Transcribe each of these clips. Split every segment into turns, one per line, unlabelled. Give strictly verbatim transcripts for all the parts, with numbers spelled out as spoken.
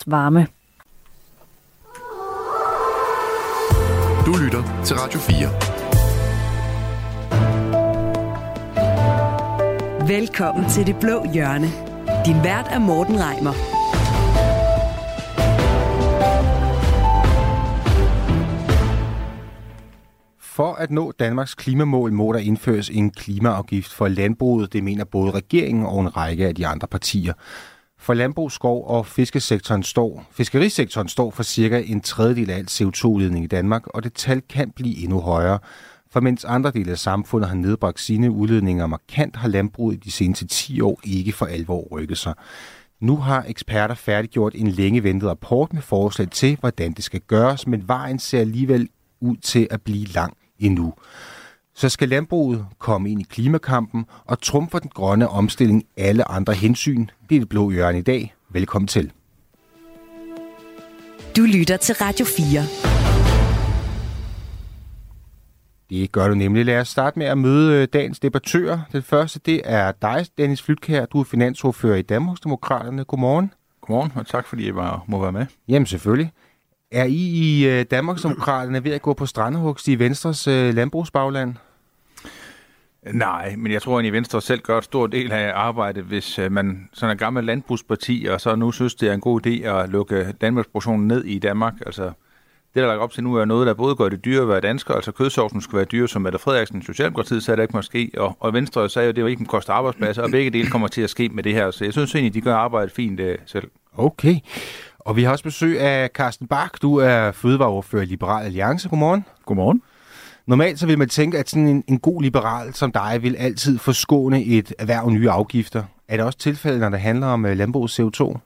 varme.
Du lytter til Radio fire.
Velkommen til Det Blå Hjørne. Din vært er Morten Reimer.
For at nå Danmarks klimamål må der indføres en klimaafgift for landbruget. Det mener både regeringen og en række af de andre partier. For landbrug, skov og fiskesektoren står, fiskerisektoren står for cirka en tredjedel af al C O to udledning i Danmark, og det tal kan blive endnu højere. For mens andre dele af samfundet har nedbragt sine udledninger markant, har landbruget i de seneste ti år ikke for alvor rykket sig. Nu har eksperter færdiggjort en længe ventet rapport med forslag til, hvordan det skal gøres, men vejen ser alligevel ud til at blive lang endnu. Så skal landbruget komme ind i klimakampen og trumfer den grønne omstilling alle andre hensyn. Det er Det Blå Hjørne i dag. Velkommen til.
Du lytter til Radio fire.
Det gør du nemlig. Lad os starte med at møde dagens debattører. Den første, det er dig, Dennis Flydtkjær. Du er finansordfører i Danmarksdemokraterne. Godmorgen.
Godmorgen, og tak fordi jeg må være med.
Jamen selvfølgelig. Er I i Danmarksdemokraterne ved at gå på strandhugst i Venstres landbrugsbagland?
Nej, men jeg tror, at I Venstre selv gør et stort del af arbejdet, hvis man sådan en gammel landbrugsparti, og så nu synes, det er en god idé at lukke landbrugsproduktionen ned i Danmark. Altså, det, der er lagt op til nu, er noget, der både gør det dyre at være dansker, altså kødsovsen skal være dyre, som Mette Frederiksen, Socialdemokratiet, sagde, det ikke må ske, og, og Venstre sagde jo, det var ikke en koste arbejdspladser, og begge dele kommer til at ske med det her. Så jeg synes egentlig, de gør arbejdet fint uh, selv.
Okay. Og vi har også besøg af Carsten Bach. Du er fødevareordfører i Liberal Alliance. Godmorgen.
Godmorgen.
Normalt så vil man tænke, at sådan en, en god liberal som dig vil altid forskåne et erhverv nye afgifter. Er det også tilfældet, når det handler om uh, landbrugets C O to?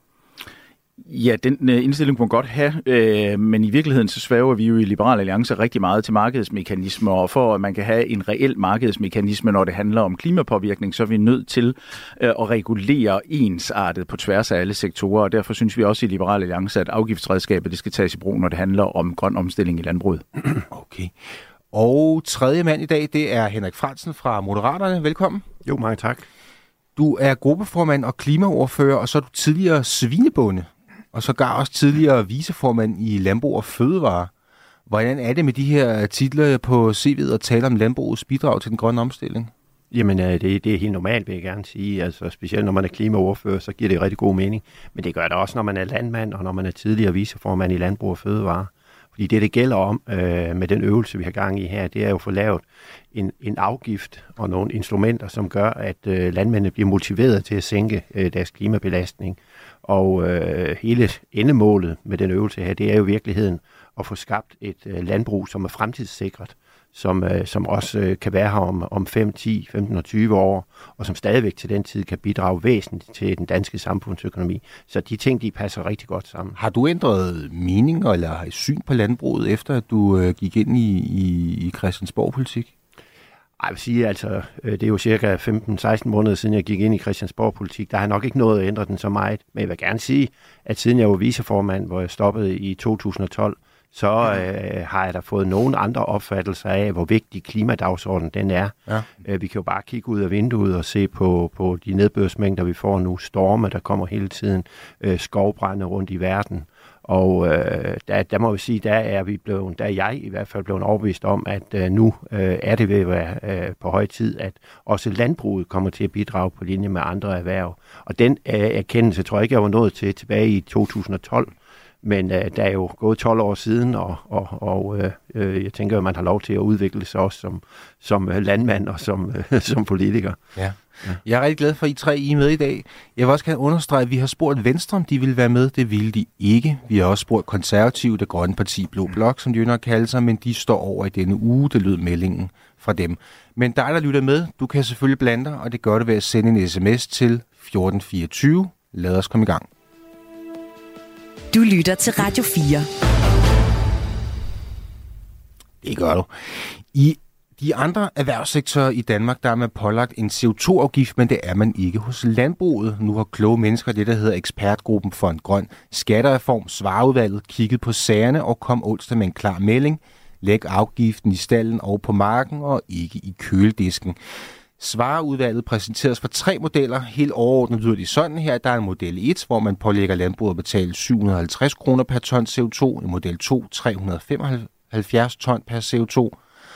Ja, den uh, indstilling kunne man godt have, øh, men i virkeligheden så svæver vi jo i Liberal Alliance rigtig meget til markedsmekanismer, og for at man kan have en reel markedsmekanisme, når det handler om klimapåvirkning, så er vi nødt til øh, at regulere ensartet på tværs af alle sektorer, og derfor synes vi også i Liberal Alliance, at afgiftsredskabet det skal tages i brug, når det handler om grøn omstilling i landbruget.
Okay. Og tredje mand i dag, det er Henrik Frandsen fra Moderaterne. Velkommen.
Jo, mange tak.
Du er gruppeformand og klimaordfører, og så er du tidligere svinebonde, og sågar også tidligere viceformand i Landbrug og Fødevare. Hvordan er det med de her titler på C V'et at tale om landbrugets bidrag til den grønne omstilling?
Jamen, det, det er helt normalt, vil jeg gerne sige. Altså, specielt når man er klimaordfører, så giver det rigtig god mening. Men det gør det også, når man er landmand, og når man er tidligere viceformand i Landbrug og Fødevare. Fordi det, det gælder om øh, med den øvelse, vi har gang i her, det er jo at få lavet en, en afgift og nogle instrumenter, som gør, at øh, landmændene bliver motiveret til at sænke øh, deres klimabelastning. Og øh, hele endemålet med den øvelse her, det er jo i virkeligheden at få skabt et øh, landbrug, som er fremtidssikret, som, øh, som også øh, kan være her om, om fem, ti, femten og tyve år, og som stadigvæk til den tid kan bidrage væsentligt til den danske samfundsøkonomi. Så de ting, de passer rigtig godt sammen.
Har du ændret mening eller syn på landbruget, efter at du øh, gik ind i, i, i Christiansborg-politik?
Jeg vil sige, altså, det er jo cirka femten seksten måneder siden, jeg gik ind i Christiansborg-politik. Der har nok ikke nået at ændre den så meget. Men jeg vil gerne sige, at siden jeg var viceformand, hvor jeg stoppede i to tusind og tolv, så øh, har jeg da fået nogle andre opfattelser af, hvor vigtig klimadagsordenen den er. Ja. Vi kan jo bare kigge ud af vinduet og se på, på de nedbørsmængder, vi får nu. Storme, der kommer hele tiden. Øh, skovbrænde rundt i verden. Og øh, der, der må vi sige, der er vi blevet, der er jeg i hvert fald blevet overbevist om, at øh, nu øh, er det ved at være øh, på høj tid, at også landbruget kommer til at bidrage på linje med andre erhverv. Og den øh, erkendelse tror jeg ikke, jeg var nået til tilbage i to tusind og tolv. Men øh, der er jo gået tolv år siden, og, og, og øh, jeg tænker, at man har lov til at udvikle sig også som, som landmand og som, øh, som politiker.
Ja. Ja. Jeg er rigtig glad for, at I tre I er med i dag. Jeg vil også gerne understrege, at vi har spurgt Venstre, om de ville være med. Det ville de ikke. Vi har også spurgt Konservative, det grønne parti Blå Blok, som de jo nok kalder sig, men de står over i denne uge. Det lød meldingen fra dem. Men dig, der lytter med, du kan selvfølgelig blande dig, og det gør det ved at sende en sms til fjorten fireogtyve. Lad os komme i gang.
Du lytter til Radio fire.
Det gør du. I de andre erhvervssektorer i Danmark, der er man pålagt en C O to afgift, men det er man ikke hos landbruget. Nu har kloge mennesker, det der hedder ekspertgruppen for en grøn skattereform, Svareudvalget, kigget på sagerne og kom onsdag med en klar melding. Læg afgiften i stallen og på marken og ikke i køledisken. Svareudvalget præsenteres for tre modeller. Helt overordnet lyder de sådan her. Der er en model et, hvor man pålægger landbruget at betale syv hundrede og halvtreds kroner per ton C O to. En model to, tre hundrede og femoghalvfjerds ton per C O to.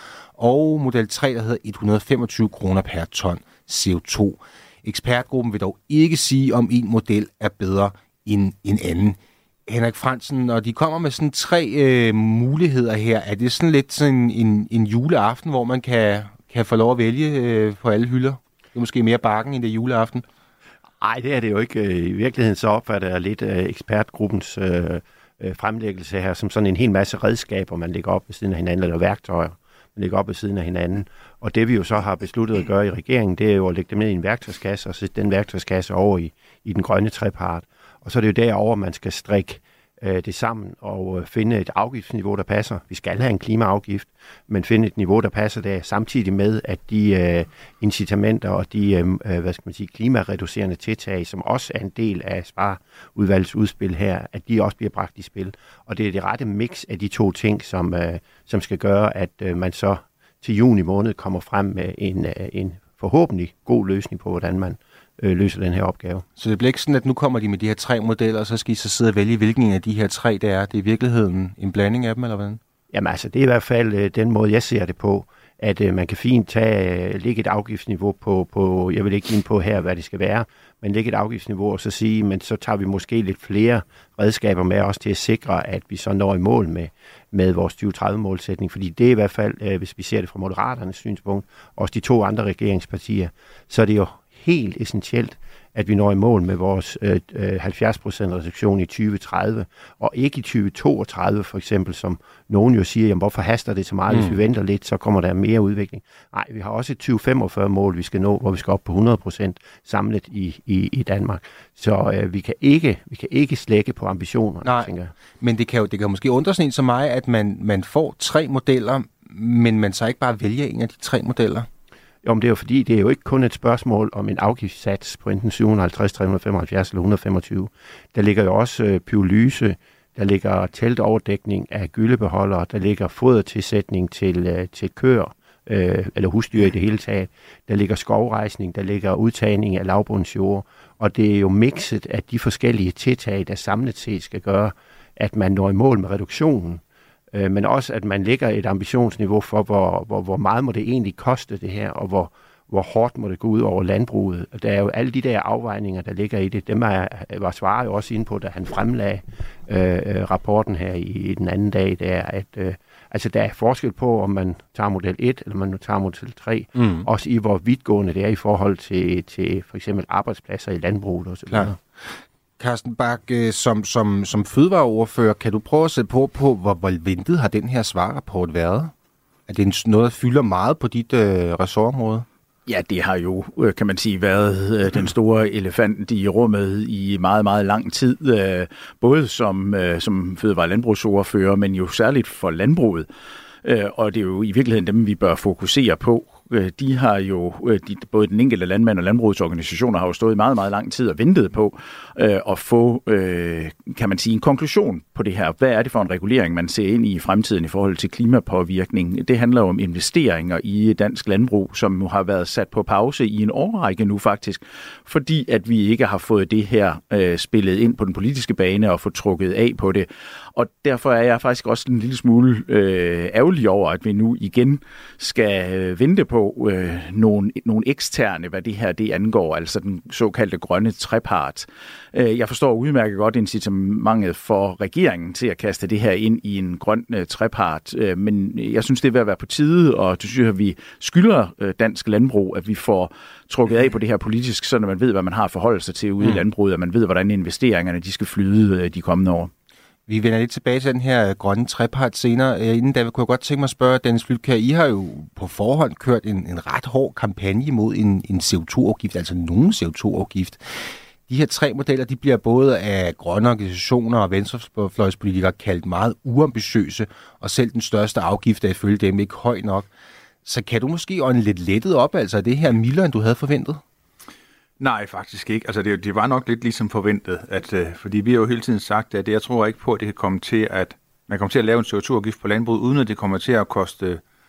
Og model tre, der hedder et hundrede og femogtyve kroner per ton C O to. Ekspertgruppen vil dog ikke sige, om en model er bedre end en anden. Henrik Frandsen, når de kommer med sådan tre øh, muligheder her, er det sådan lidt sådan en, en juleaften, hvor man kan, kan få lov at vælge øh, på alle hylder? Det er måske mere bakken end det juleaften.
Nej, det er det jo ikke. I virkeligheden så opfatter jeg lidt af ekspertgruppens øh, fremlæggelse her som sådan en hel masse redskaber, man lægger op ved siden af hinanden, eller værktøjer, man lægger op ved siden af hinanden. Og det vi jo så har besluttet at gøre i regeringen, det er jo at lægge dem ned i en værktøjskasse, og sætte den værktøjskasse over i, i den grønne trepart. Og så er det jo derover, man skal strikke øh, det sammen og øh, finde et afgiftsniveau, der passer. Vi skal have en klimaafgift, men finde et niveau, der passer der, samtidig med, at de øh, incitamenter og de øh, hvad skal man sige, klimareducerende tiltag, som også er en del af spareudvalgets udspil her, at de også bliver bragt i spil. Og det er det rette mix af de to ting, som, øh, som skal gøre, at øh, man så til juni måned kommer frem med en, øh, en forhåbentlig god løsning på, hvordan man øh, løser den her opgave.
Så det bliver ikke sådan, at nu kommer de med de her tre modeller, og så skal I så sidde og vælge, hvilken af de her tre det er. Det er i virkeligheden en blanding af dem, eller hvordan?
Jamen altså, det er i hvert fald øh, den måde, jeg ser det på, at øh, man kan fint tage, øh, lægge et afgiftsniveau på, på, jeg vil ikke ind på her, hvad det skal være, men lægge et afgiftsniveau og så sige, men så tager vi måske lidt flere redskaber med os til at sikre, at vi så når i mål med, med vores tyve tredive-målsætning, fordi det er i hvert fald, øh, hvis vi ser det fra Moderaternes synspunkt, også de to andre regeringspartier, så er det jo helt essentielt, at vi når i mål med vores øh, halvfjerds procent reduktion i tyve tredive, og ikke i tyve toogtredive for eksempel, som nogen jo siger, jamen hvorfor haster det så meget, mm. hvis vi venter lidt, så kommer der mere udvikling. Nej, vi har også et tyve femogfyrre mål, vi skal nå, hvor vi skal op på hundrede procent samlet i, i, i Danmark. Så øh, vi kan ikke vi kan ikke slække på ambitionerne,
Nej,
tænker jeg.
Men det kan jo det kan måske undre sådan en som mig, at man, man får tre modeller, men man så ikke bare vælger en af de tre modeller.
Jo, men det er jo fordi, det er jo ikke kun et spørgsmål om en afgiftssats på enten syv hundrede og halvtreds, tre hundrede og femoghalvfjerds eller et hundrede og femogtyve. Der ligger jo også øh, pyrolyse, der ligger teltoverdækning af gyllebeholdere, der ligger fodertilsætning til, øh, til køer, øh, eller husdyr i det hele taget. Der ligger skovrejsning, der ligger udtagning af lavbundsjord, og det er jo mixet af de forskellige tiltag, der samlet set skal gøre, at man når i mål med reduktionen. Men også, at man lægger et ambitionsniveau for, hvor, hvor, hvor meget må det egentlig koste det her, og hvor, hvor hårdt må det gå ud over landbruget. Og der er jo alle de der afvejninger, der ligger i det. Dem er, var Svarer jo også inde på, da han fremlagde øh, rapporten her i, i den anden dag. Det er, at øh, altså, der er forskel på, om man tager model et, eller man tager model tre. Mm. Også i, hvor vidtgående det er i forhold til, til for eksempel arbejdspladser i landbruget osv.
Carsten Bach, som, som, som fødevareordfører, kan du prøve at sætte på, på hvor, hvor ventet har den her svarrapport været? Er det noget, der fylder meget på dit øh, ressortområde?
Ja, det har jo, kan man sige, været øh, den store elefant i rummet i meget, meget lang tid. Øh, både som, øh, som fødevare- og landbrugsordfører, men jo særligt for landbruget. Øh, og det er jo i virkeligheden dem, vi bør fokusere på. De har jo, de, både den enkelte landmand og landbrugsorganisationer har jo stået i meget, meget lang tid og ventet på øh, at få, øh, kan man sige, en konklusion på det her. Hvad er det for en regulering, man ser ind i i fremtiden i forhold til klimapåvirkning? Det handler jo om investeringer i dansk landbrug, som nu har været sat på pause i en årrække nu faktisk, fordi at vi ikke har fået det her øh, spillet ind på den politiske bane og fået trukket af på det. Og derfor er jeg faktisk også en lille smule øh, ærgerlig over, at vi nu igen skal øh, vente på øh, nogle, nogle eksterne, hvad det her det angår, altså den såkaldte grønne trepart. Øh, jeg forstår udmærket godt incitamentet for regeringen til at kaste det her ind i en grøn øh, trepart, øh, men jeg synes, det er ved at være på tide, og det synes jeg, at vi skylder øh, dansk landbrug, at vi får trukket af på det her politisk, så man ved, hvad man har at forholde sig til ude mm. i landbruget, og man ved, hvordan investeringerne de skal flyde øh, de kommende år.
Vi vender lidt tilbage til den her grønne trepart senere. Inden da kunne jeg godt tænke mig at spørge, Dennis Flydtkjær, I har jo på forhånd kørt en, en ret hård kampagne mod en, en C O to afgift, altså nogen C O to afgift. De her tre modeller, de bliver både af grønne organisationer og venstrefløjspolitikere kaldt meget uambitiøse, og selv den største afgift er ifølge dem ikke høj nok. Så kan du måske ånde lidt lettet op, altså det her mildere, end du havde forventet?
Nej, faktisk ikke. Altså det, det var nok lidt ligesom forventet, at, øh, fordi vi har jo hele tiden sagt, at jeg tror ikke på, at det kan komme til at man kommer til at lave en C O to afgift på landbruget, uden at det kommer til at koste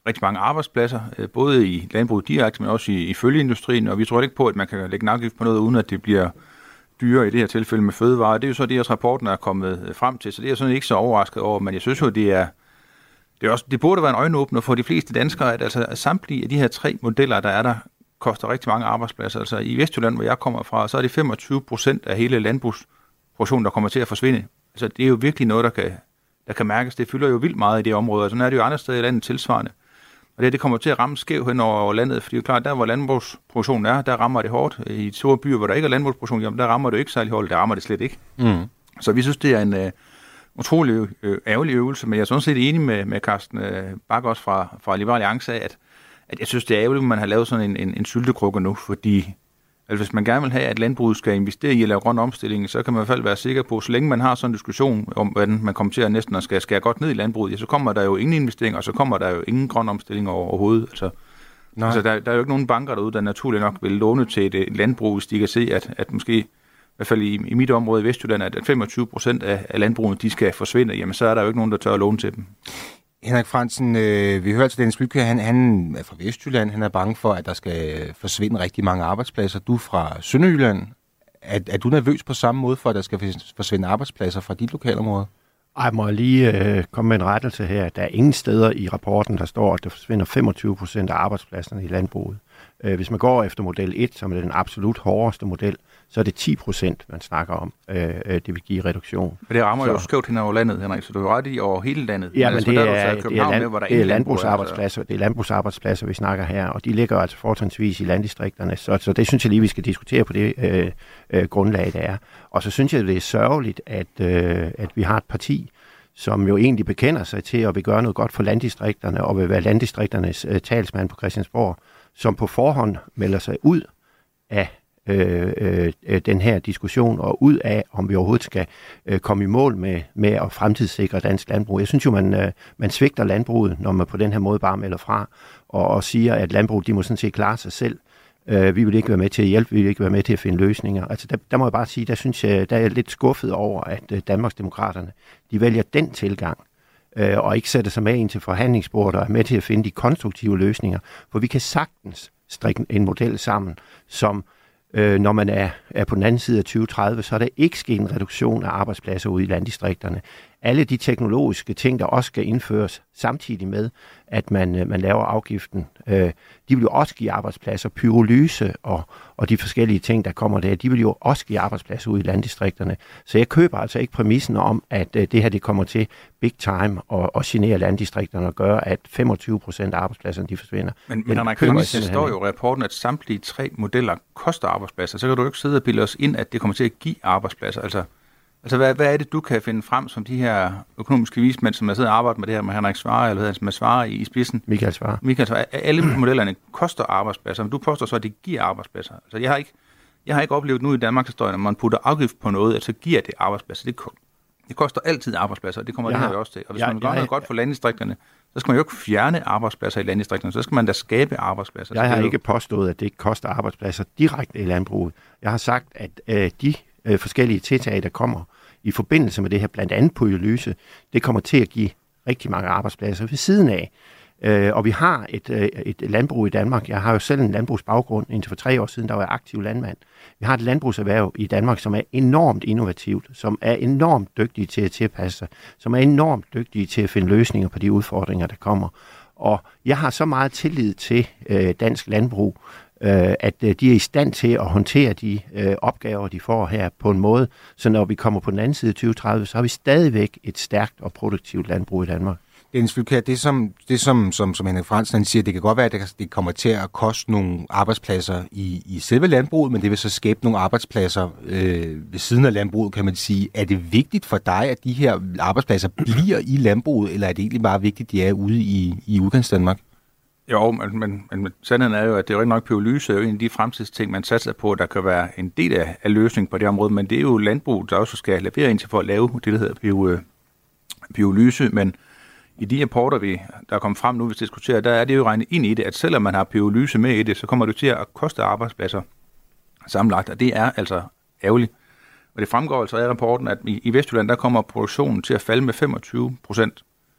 rigtig mange arbejdspladser, øh, både i landbruget direkte, men også i, i følgeindustrien, og vi tror ikke på, at man kan lægge en afgift på noget, uden at det bliver dyrere i det her tilfælde med fødevarer. Det er jo så det, at rapporten er kommet frem til, så det er jeg sådan ikke så overrasket over, men jeg synes jo, det er, det er også, det burde være en øjenåbner for de fleste danskere, at altså at samtlige af de her tre modeller, der er der, koster rigtig mange arbejdspladser. Altså i Vestjylland, hvor jeg kommer fra, så er det femogtyve procent af hele landbrugsproduktionen, der kommer til at forsvinde. Altså det er jo virkelig noget, der kan, der kan mærkes. Det fylder jo vildt meget i det område, og sådan er det jo andre steder i landet tilsvarende. Og det, det kommer til at ramme skævt hen over landet, fordi det er jo klart, der hvor landbrugsproduktionen er, der rammer det hårdt. I store byer, hvor der ikke er landbrugsproduktion, jamen der rammer det ikke særlig hårdt, der rammer det slet ikke. Mm. Så vi synes, det er en uh, utrolig uh, ærgerlig øvelse, men jeg er sådan set enig med, med Carsten uh, Bach også fra, fra Liberal Alliance af, at, at jeg synes, det er ærgerligt, at man har lavet sådan en, en, en syltekrukke nu, fordi altså, hvis man gerne vil have, at landbruget skal investere i at lave grøn omstilling, så kan man i hvert fald være sikker på, så længe man har sådan en diskussion om, hvordan man kommer til at næsten at skal skære godt ned i landbruget, ja, så kommer der jo ingen investering, og så kommer der jo ingen grøn omstilling overhovedet. Altså, altså der, der er jo ikke nogen banker derude, der naturligt nok vil låne til et, et landbrug, hvis de kan se, at, at måske, i hvert fald i, i mit område i Vestjylland, at femogtyve procent af, af landbruget, de skal forsvinde, jamen så er der jo ikke nogen, der tør at låne til dem.
Henrik Frandsen, øh, vi hørte til Dennis Flydtkjær, han, han er fra Vestjylland, han er bange for, at der skal forsvinde rigtig mange arbejdspladser. Du er fra Sønderjylland. Er, er du nervøs på samme måde for, at der skal forsvinde arbejdspladser fra dit lokalområde?
Ej, må jeg lige øh, komme med en rettelse her. Der er ingen steder i rapporten, der står, at der forsvinder femogtyve procent af arbejdspladserne i landbruget. Øh, hvis man går efter model et, som er den absolut hårdeste model, så er det ti procent, man snakker om, øh, det vil give reduktion.
Men det rammer
så,
jo skævt hen over landet, Henrik, så du er jo ret i over hele landet.
Ja, men
altså,
det,
der,
er,
det,
er, land,
med, hvor der
det er
landbrugsarbejdspladser,
altså. Det er landbrugsarbejdspladser, vi snakker her, og de ligger altså fortrinsvis i landdistrikterne, så, så det synes jeg lige, vi skal diskutere på det øh, øh, grundlag, der er. Og så synes jeg, det er sørgeligt, at, øh, at vi har et parti, som jo egentlig bekender sig til at vil gøre noget godt for landdistrikterne, og vil være landdistrikternes øh, talsmand på Christiansborg, som på forhånd melder sig ud af øh, øh, den her diskussion, og ud af, om vi overhovedet skal øh, komme i mål med, med at fremtidssikre dansk landbrug. Jeg synes jo, man, øh, man svigter landbruget, når man på den her måde bare melder fra, og, og siger, at landbruget, de må sådan set klare sig selv. Øh, vi vil ikke være med til at hjælpe, vi vil ikke være med til at finde løsninger. Altså der, der må jeg bare sige, der synes jeg, der er jeg lidt skuffet over, at øh, Danmarksdemokraterne, de vælger den tilgang, øh, og ikke sætter sig med ind til forhandlingsbordet og er med til at finde de konstruktive løsninger. For vi kan sagtens strikke en model sammen, som øh, når man er, er på den anden side af tyve tredive, så er der ikke sket en reduktion af arbejdspladser ude i landdistrikterne. Alle de teknologiske ting, der også skal indføres samtidig med, at man, man laver afgiften, øh, de vil jo også give arbejdspladser. Pyrolyse og, og de forskellige ting, der kommer der, de vil jo også give arbejdspladser ude i landdistrikterne. Så jeg køber altså ikke præmissen om, at øh, det her det kommer til big time og, og genere landdistrikterne og gøre, at femogtyve procent af arbejdspladserne de forsvinder.
Men, men Henrik, det står jo i rapporten, at samtlige tre modeller koster arbejdspladser. Så kan du jo ikke sidde og bilde os ind, at det kommer til at give arbejdspladser. Altså Altså, hvad, hvad er det, du kan finde frem som de her økonomiske vismænd, som har siddet og arbejdet med det her med Henrik Svarre, eller med Svarre i, i spidsen?
Michael Svarre.
Michael Svarre. Alle modellerne koster arbejdspladser, men du påstår så, at det giver arbejdspladser. Altså, jeg har ikke, jeg har ikke oplevet nu i Danmarks historie, når man putter afgift på noget, at så giver det arbejdspladser. Det, det koster altid arbejdspladser, og det kommer det her også til. Og hvis jeg, man gør noget har... godt for landdistrikterne, så skal man jo ikke fjerne arbejdspladser i landdistrikterne, så skal man da skabe arbejdspladser.
Jeg har
jo...
ikke påstået, at det ikke koster arbejdspladser direkte i landbruget. Jeg har sagt, at øh, de øh, forskellige tiltag, der kommer i forbindelse med det her, blandt andet pyrolyse, det kommer til at give rigtig mange arbejdspladser ved siden af. Øh, og vi har et, øh, et landbrug i Danmark. Jeg har jo selv en landbrugsbaggrund. Indtil for tre år siden, der var jeg aktiv landmand. Vi har et landbrugserhverv i Danmark, som er enormt innovativt, som er enormt dygtige til at tilpasse sig, som er enormt dygtige til at finde løsninger på de udfordringer, der kommer. Og jeg har så meget tillid til øh, dansk landbrug, øh, at øh, de er i stand til at håndtere de øh, opgaver, de får her på en måde, så når vi kommer på den anden side af tyve tredive, så har vi stadigvæk et stærkt og produktivt landbrug i Danmark.
Dennis Flydtkjær, det som, det som, som, som Henrik Frandsen siger, det kan godt være, at det kommer til at koste nogle arbejdspladser i, i selve landbruget, men det vil så skabe nogle arbejdspladser øh, ved siden af landbruget, kan man sige. Er det vigtigt for dig, at de her arbejdspladser bliver i landbruget, eller er det egentlig bare vigtigt, at de er ude i, i Udkantsdanmark?
Jo, men, men, men sandheden er jo, at det er jo ikke nok pyrolyse, er jo en af de fremtidsting, man satser på, der kan være en del af, af løsningen på det område, men det er jo landbrug, der også skal levere ind til for at lave det, der hedder pyro, pyrolyse, men i de rapporter, vi, der er kommet frem nu, vi diskuterer, der er det jo regnet ind i det, at selvom man har pyrolyse med i det, så kommer det til at koste arbejdspladser sammenlagt, og det er altså ærgerligt. Og det fremgår altså af rapporten, at i, i Vestjylland, der kommer produktionen til at falde med femogtyve procent.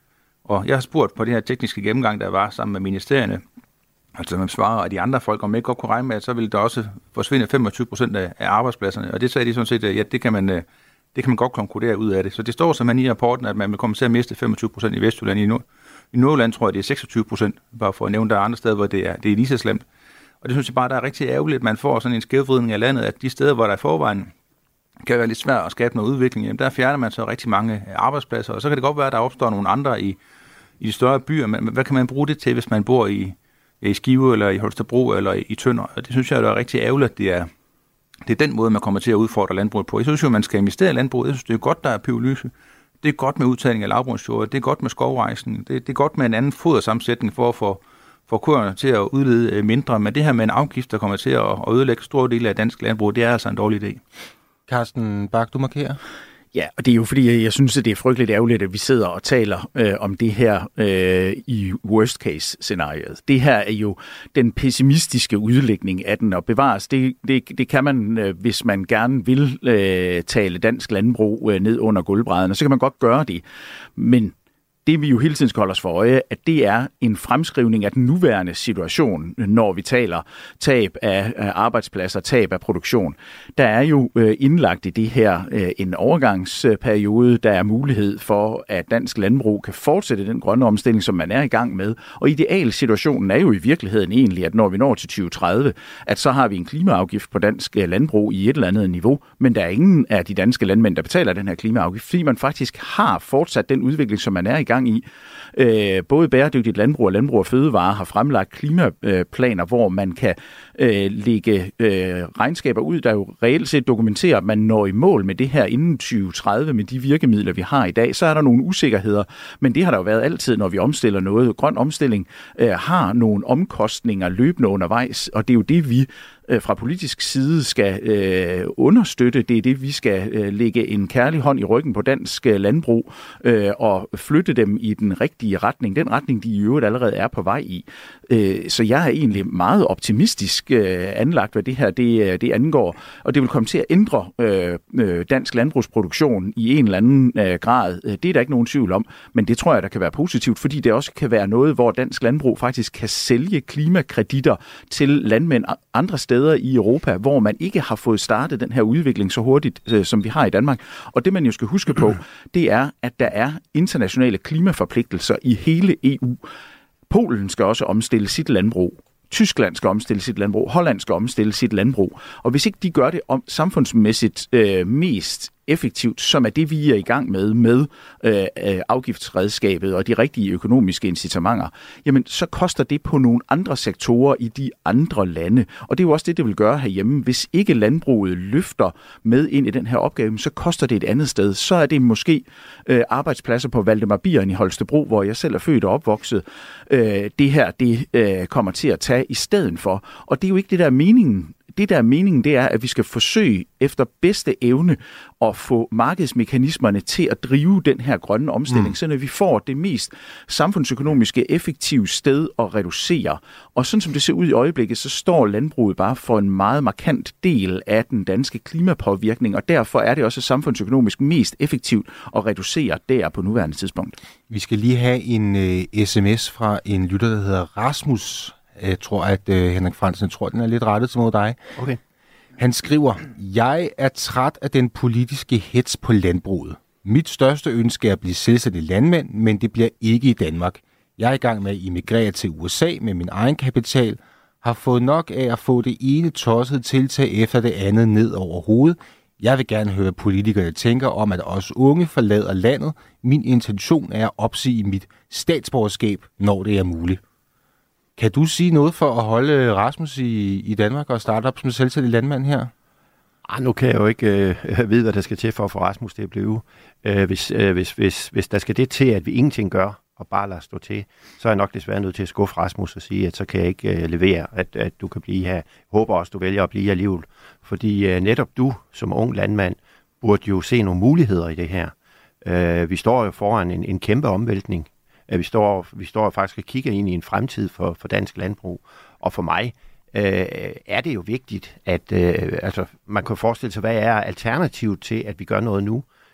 Og jeg har spurgt på det her tekniske gennemgang, der var sammen med ministerierne, altså man svarer, at de andre folk, om ikke godt kunne regne med, at så ville der også forsvinde femogtyve procent af arbejdspladserne. Og det sagde de sådan set, at ja, det kan man, det kan man godt konkludere ud af det. Så det står simpelthen i rapporten, at man vil komme til at miste femogtyve procent i Vestjylland. I, Nord- I Nordjylland tror jeg, det er seksogtyve procent, bare for at nævne, der er andre steder, hvor det er, det er lige så slemt. Og det synes jeg bare, der er rigtig ærgerligt, at man får sådan en skævvridning af landet, at de steder, hvor der i forvejen kan være lidt svært at skabe noget udvikling, jamen der fjerner man så rigtig mange arbejdspladser, og så kan det godt være, at der opstår nogle andre i, i de større byer, men hvad kan man bruge det til, hvis man bor i, i Skive, eller i Holstebro, eller i, i Tønder? Og det synes jeg, der er rigtig ærgerligt, at det er, det er den måde, man kommer til at udfordre landbruget på. Jeg synes jo, man skal investere i landbruget. Jeg synes, det er godt, der er pyrolyse. Det er godt med udtagning af lavbundsjord. Det er godt med skovrejsning. Det, det er godt med en anden fodersammensætning for at få for køerne til at udlede mindre. Men det her med en afgift, der kommer til at ødelægge store dele af dansk landbrug, det er altså en dårlig idé.
Carsten Bach, du markerer.
Ja, og det er jo fordi, jeg synes, at det er frygteligt ærgerligt, at vi sidder og taler øh, om det her øh, i worst case scenariet. Det her er jo den pessimistiske udlægning af den, og bevares. Det, det, det kan man, øh, hvis man gerne vil øh, tale dansk landbrug øh, ned under gulvbrædderne, så kan man godt gøre det. Men det vi jo hele tiden skal holde os for øje, at det er en fremskrivning af den nuværende situation, når vi taler tab af arbejdspladser, tab af produktion. Der er jo indlagt i det her en overgangsperiode, der er mulighed for, at dansk landbrug kan fortsætte den grønne omstilling, som man er i gang med. Og idealsituationen er jo i virkeligheden egentlig, at når vi når til tyve tredive, at så har vi en klimaafgift på dansk landbrug i et eller andet niveau, men der er ingen af de danske landmænd, der betaler den her klimaafgift, fordi man faktisk har fortsat den udvikling, som man er i gang i. Øh, både Bæredygtigt Landbrug og Landbrug og Fødevare har fremlagt klimaplaner, hvor man kan øh, lægge øh, regnskaber ud, der jo reelt set dokumenterer, at man når i mål med det her inden tyve tredive med de virkemidler, vi har i dag. Så er der nogle usikkerheder, men det har der jo været altid, når vi omstiller noget. Grøn omstilling øh, har nogle omkostninger løbende undervejs, og det er jo det, vi fra politisk side skal øh, understøtte. Det er det, vi skal øh, lægge en kærlig hånd i ryggen på dansk øh, landbrug øh, og flytte dem i den rigtige retning. Den retning, de i øvrigt allerede er på vej i. Øh, så jeg er egentlig meget optimistisk øh, anlagt, hvad det her det, det angår. Og det vil komme til at ændre øh, øh, dansk landbrugsproduktion i en eller anden øh, grad. Det er der ikke nogen tvivl om. Men det tror jeg, der kan være positivt, fordi det også kan være noget, hvor dansk landbrug faktisk kan sælge klimakreditter til landmænd andre steder i Europa, hvor man ikke har fået startet den her udvikling så hurtigt, øh, som vi har i Danmark. Og det, man jo skal huske på, det er, at der er internationale klimaforpligtelser i hele E U. Polen skal også omstille sit landbrug. Tyskland skal omstille sit landbrug. Holland skal omstille sit landbrug. Og hvis ikke de gør det om samfundsmæssigt øh, mest effektivt, som er det, vi er i gang med, med øh, afgiftsredskabet og de rigtige økonomiske incitamenter, jamen så koster det på nogle andre sektorer i de andre lande. Og det er jo også det, det vil gøre herhjemme. Hvis ikke landbruget løfter med ind i den her opgave, så koster det et andet sted. Så er det måske øh, arbejdspladser på Valdemar Bieren i Holstebro, hvor jeg selv er født og opvokset. Øh, det her, det øh, kommer til at tage i stedet for. Og det er jo ikke det, der er meningen. Det, der er meningen, det er, at vi skal forsøge efter bedste evne at få markedsmekanismerne til at drive den her grønne omstilling, mm. så vi får det mest samfundsøkonomiske effektive sted at reducere. Og sådan som det ser ud i øjeblikket, så står landbruget bare for en meget markant del af den danske klimapåvirkning, og derfor er det også samfundsøkonomisk mest effektivt at reducere der på nuværende tidspunkt.
Vi skal lige have en uh, sms fra en lytter, der hedder Rasmus. Jeg tror, at uh, Henrik Fransen, jeg tror, den er lidt rettet mod dig.
Okay.
Han skriver, jeg er træt af den politiske hets på landbruget. Mit største ønske er at blive selvstændig landmand, men det bliver ikke i Danmark. Jeg er i gang med at immigrere til U S A med min egen kapital, har fået nok af at få det ene tossede tiltag efter det andet ned over hovedet. Jeg vil gerne høre, hvad politikerne tænker om, at også unge forlader landet. Min intention er at opsige mit statsborgerskab, når det er muligt. Kan du sige noget for at holde Rasmus i, i Danmark og starte op som selvstændig landmand her?
Ah, nu kan jeg jo ikke øh, vide, hvad der skal til for at få Rasmus til at blive. Øh, hvis, øh, hvis, hvis, hvis der skal det til, at vi ingenting gør og bare lader stå til, så er jeg nok desværre nødt til at skuffe Rasmus og sige, at så kan jeg ikke øh, levere, at, at du kan blive her. Jeg håber også, du vælger at blive her alligevel. Fordi øh, netop du som ung landmand burde jo se nogle muligheder i det her. Øh, vi står jo foran en, en kæmpe omvæltning. Vi står, vi står faktisk og kigger ind i en fremtid for, for dansk landbrug. Og for mig øh, er det jo vigtigt, at øh, altså, man kan forestille sig, hvad er alternativet til, at vi gør noget nu?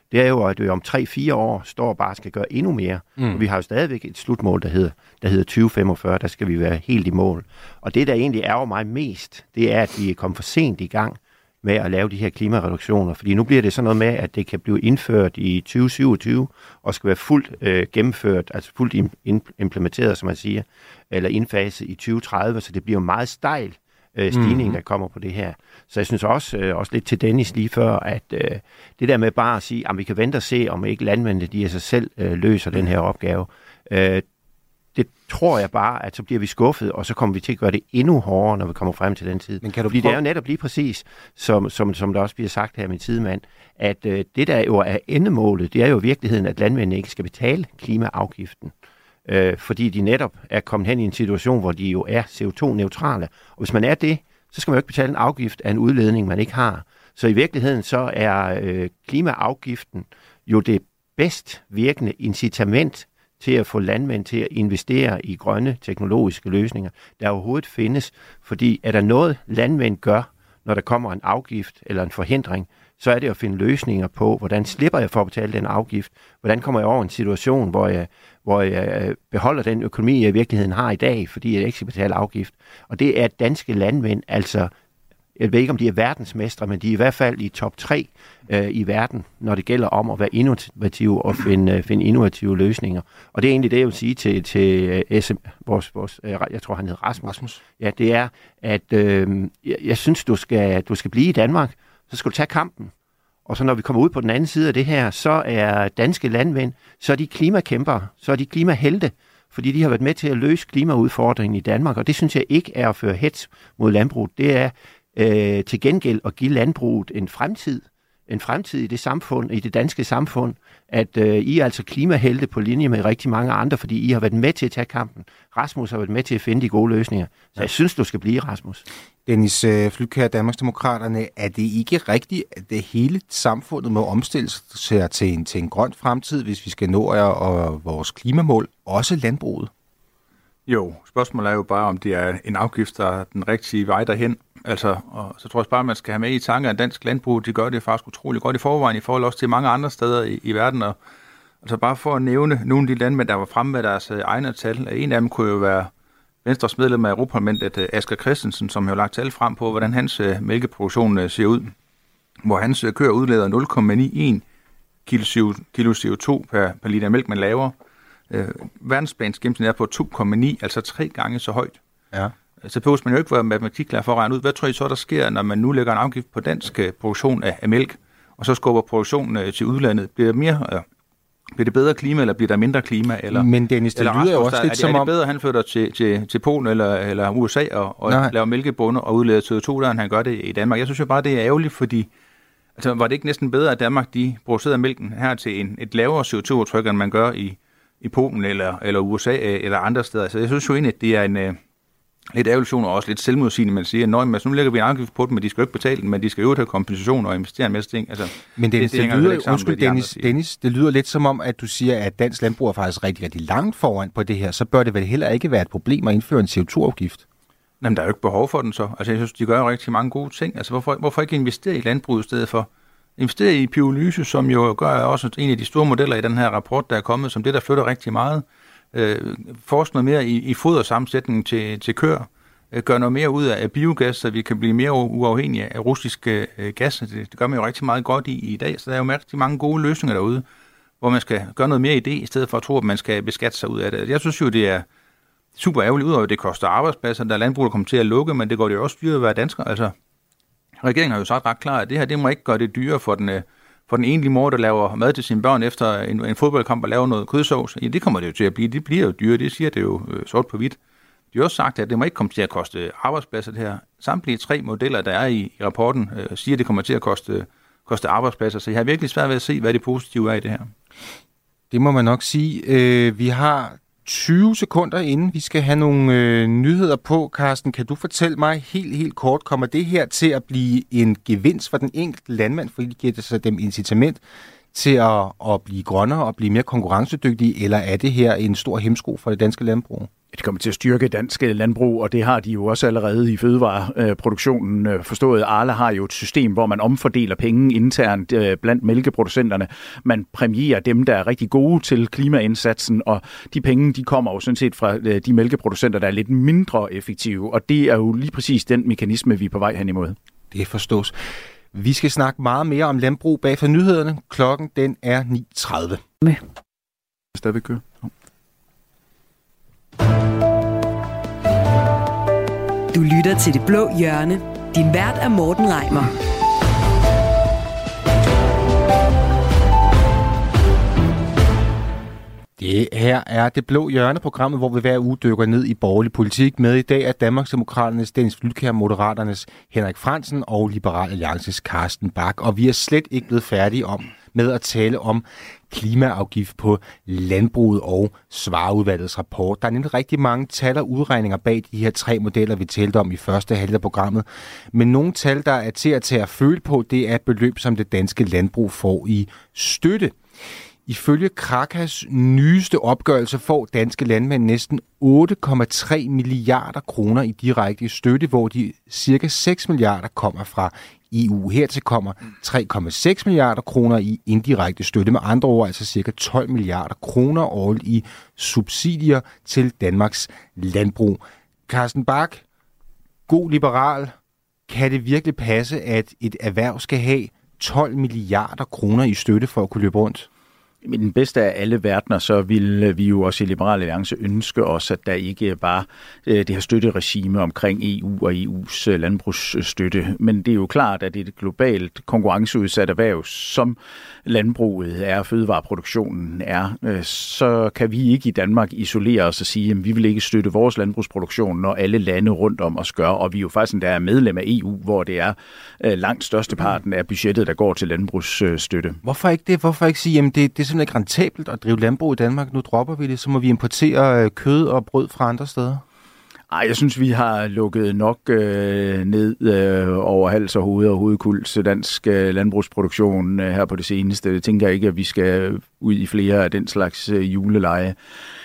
det er jo, at vi om tre fire år står og bare skal gøre endnu mere. Mm. Og vi har jo stadigvæk et slutmål, der hedder, der hedder tyve femogfyrre, der skal vi være helt i mål. Og det, der egentlig ærger mig mest, det er, at vi er kommet for sent i gang med at lave de her klimareduktioner. Fordi nu bliver det sådan noget med, at det kan blive indført i tyve syvogtyve og skal være fuldt øh, gennemført, altså fuldt im- implementeret, som man siger, eller indfaset i tyve tredive, så det bliver meget stejl øh, stigning, mm. der kommer på det her. Så jeg synes også, øh, også lidt til Dennis lige før, at øh, det der med bare at sige, at vi kan vente og se, om ikke landmændene de af sig selv øh, løser den her opgave, øh, det tror jeg bare, at så bliver vi skuffet, og så kommer vi til at gøre det endnu hårdere, når vi kommer frem til den tid. Men kan du Fordi prøve... det er jo netop lige præcis, som, som, som der også bliver sagt her af min sidemand, at øh, det der jo er endemålet, det er jo i virkeligheden, at landmændene ikke skal betale klimaafgiften. Øh, fordi de netop er kommet hen i en situation, hvor de jo er C O to neutrale. Og hvis man er det, så skal man jo ikke betale en afgift af en udledning, man ikke har. Så i virkeligheden så er øh, klimaafgiften jo det bedst virkende incitament til at få landmænd til at investere i grønne teknologiske løsninger, der overhovedet findes. Fordi er der noget, landmænd gør, når der kommer en afgift eller en forhindring, så er det at finde løsninger på, hvordan slipper jeg for at betale den afgift? Hvordan kommer jeg over en situation, hvor jeg, hvor jeg beholder den økonomi, jeg i virkeligheden har i dag, fordi jeg ikke skal betale afgift? Og det er danske landmænd, altså, jeg ved ikke, om de er verdensmestre, men de er i hvert fald i top tre øh, i verden, når det gælder om at være innovative og finde, finde innovative løsninger. Og det er egentlig det, jeg vil sige til, til uh, S M, vores, vores, uh, jeg tror, han hedder Rasmus. Rasmus. Ja, det er, at øh, jeg, jeg synes, du skal, du skal blive i Danmark, så skal du tage kampen. Og så når vi kommer ud på den anden side af det her, så er danske landmænd, så er de klimakæmpere, så er de klimahelte, fordi de har været med til at løse klimaudfordringen i Danmark. Og det synes jeg ikke er at føre hets mod landbruget. Det er øh, til gengæld at give landbruget en fremtid, en fremtid i det samfund, i det danske samfund, at øh, I er altså klimahelte på linje med rigtig mange andre, fordi I har været med til at tage kampen. Rasmus har været med til at finde de gode løsninger. Så jeg synes, du skal blive, Rasmus.
Dennis øh, Flydtkjær, Danmarksdemokraterne, er det ikke rigtigt, at det hele samfundet må omstille sig til en, til en grøn fremtid, hvis vi skal nå og vores klimamål, også landbruget?
Jo, spørgsmålet er jo bare, om det er en afgift, der er den rigtige vej derhen. Altså, og så tror jeg bare, at man skal have med i tanke, at dansk landbrug, de gør det faktisk utrolig godt i forvejen, i forhold også til mange andre steder i, i verden. Og, altså bare for at nævne nogle af de landmænd, der var fremme med deres egne tal. En af dem kunne jo være Venstres medlem af Europaparlamentet, Asger Christensen, som har lagt tal frem på, hvordan hans mælkeproduktion ser ud. Hvor hans køer udleder nul komma ni kilo C O to per, per liter mælk, man laver. Øh, verdensbanens gennemsnit er på to komma ni, altså tre gange så højt. Ja. Så behøver man jo ikke være matematikklar for at regne ud. Hvad tror I så, der sker, når man nu lægger en afgift på dansk produktion af, af mælk, og så skubber produktionen øh, til udlandet? Bliver det mere... Øh, Bliver det bedre klima, eller bliver der mindre klima? Eller,
Men Dennis, det lyder jo også lidt
er,
som om...
Er det bedre, at han flytter til, til, til Polen eller, eller U S A og, og laver mælkebonde og udleder C O to, der end han gør det i Danmark? Jeg synes jo bare, det er ærgerligt, fordi altså, var det ikke næsten bedre, at Danmark de producerede mælken her til en, et lavere C O to-aftryk, end man gør i, i Polen eller, eller U S A eller andre steder? Så jeg synes jo egentlig, at det er en... lidt evolution og også lidt selvmodsigende, man siger, at altså, nu lægger vi en afgift på dem, men de skal jo ikke betale den, men de skal jo have kompensation og investere en masse ting. Altså,
men Dennis, det, det, det lyder, undskyld, Dennis, de Dennis, det lyder lidt som om, at du siger, at dansk landbrug er faktisk rigtig, rigtig langt foran på det her, så bør det vel heller ikke være et problem at indføre en C O to-afgift? Jamen,
der er jo ikke behov for den så. Altså, jeg synes, de gør jo rigtig mange gode ting. Altså, hvorfor, hvorfor ikke investere i landbruget i stedet for? Investere i pyrolyse, som jo gør også en af de store modeller i den her rapport, der er kommet, som det, der flytter rigtig meget. Øh, forske noget mere i, i fodersammensætningen til, til køer. Gør noget mere ud af biogas, så vi kan blive mere uafhængige af russisk øh, gas. Det, det gør man jo rigtig meget godt i i dag, så der er jo rigtig mange gode løsninger derude, hvor man skal gøre noget mere i det, i stedet for at tro, at man skal beskatte sig ud af det. Jeg synes jo, det er super ærgerligt, udover at det koster arbejdspladser, der er landbrug, der kommer til at lukke, men det går det jo også dyrt at være dansker. Altså, regeringen har jo sagt ret klart, at det her, det må ikke gøre det dyrere for den, for den enlige mor, der laver mad til sine børn efter en, en fodboldkamp og laver noget kødsovs. Ja, det kommer det jo til at blive. Det bliver jo dyre, det siger det jo øh, sort på hvidt. De har også sagt, at det må ikke komme til at koste arbejdspladser, det her. Samtlige tre modeller, der er i, i rapporten, øh, siger, at det kommer til at koste, koste arbejdspladser. Så jeg har virkelig svært ved at se, hvad det positive er i det her.
Det må man nok sige. Øh, vi har tyve sekunder inden vi skal have nogle øh, nyheder på. Carsten, kan du fortælle mig helt, helt kort, kommer det her til at blive en gevinst for den enkelte landmand, fordi det giver sig dem incitament til at, at blive grønnere og blive mere konkurrencedygtige, eller er det her en stor hemsko for det danske landbrug?
Det kommer til at styrke dansk landbrug, og det har de jo også allerede i fødevareproduktionen forstået. Arla har jo et system, hvor man omfordeler penge internt blandt mælkeproducenterne. Man præmierer dem, der er rigtig gode til klimaindsatsen, og de penge, de kommer jo sådan set fra de mælkeproducenter, der er lidt mindre effektive, og det er jo lige præcis den mekanisme, vi er på vej hen imod.
Det forstås. Vi skal snakke meget mere om landbrug bag for nyhederne. Klokken den er ni tredive.
Med. Stadigvæk kører.
Du lytter til Det Blå Hjørne. Din vært er Morten Reimer.
Det her er Det Blå Hjørne-programmet, hvor vi hver uge dykker ned i borgerlig politik. Med i dag er Danmarksdemokraternes Dennis Flydtkjær, Moderaternes Henrik Frandsen og Liberal Alliances Carsten Bach. Og vi er slet ikke blevet færdige om med at tale om klimaafgift på landbruget og Svarerudvalgets rapport. Der er nemlig rigtig mange tal og udregninger bag de her tre modeller, vi talte om i første halvdel af programmet. Men nogle tal, der er til at tage at føle på, det er beløb, som det danske landbrug får i støtte. Ifølge Krakas nyeste opgørelse får danske landmænd næsten otte komma tre milliarder kroner i direkte støtte, hvor de cirka seks milliarder kommer fra E U. Hertil kommer tre komma seks milliarder kroner i indirekte støtte, med andre ord altså cirka tolv milliarder kroner årligt i subsidier til Danmarks landbrug. Carsten Bach, god liberal, kan det virkelig passe, at et erhverv skal have tolv milliarder kroner i støtte for at kunne løbe rundt?
I den bedste af alle verdener, så vil vi jo også i Liberal Alliance ønske os, at der ikke var det her støtteregime omkring E U og E U's landbrugsstøtte. Men det er jo klart, at et globalt konkurrenceudsat erhverv, som landbruget er, fødevareproduktionen er, så kan vi ikke i Danmark isolere os og sige, at vi vil ikke støtte vores landbrugsproduktion, når alle lande rundt om os gør. Og vi er jo faktisk endda medlem af E U, hvor det er langt størsteparten af budgettet, der går til landbrugsstøtte.
Hvorfor ikke det? Hvorfor ikke sige, at det, det er simpelthen ikke rentabelt at drive landbrug i Danmark? Nu dropper vi det, så må vi importere kød og brød fra andre steder.
Ej, jeg synes, vi har lukket nok øh, ned øh, over hals og hoved og hovedkuld til dansk øh, landbrugsproduktion øh, her på det seneste. Jeg tænker ikke, at vi skal ud i flere af den slags øh, juleleje.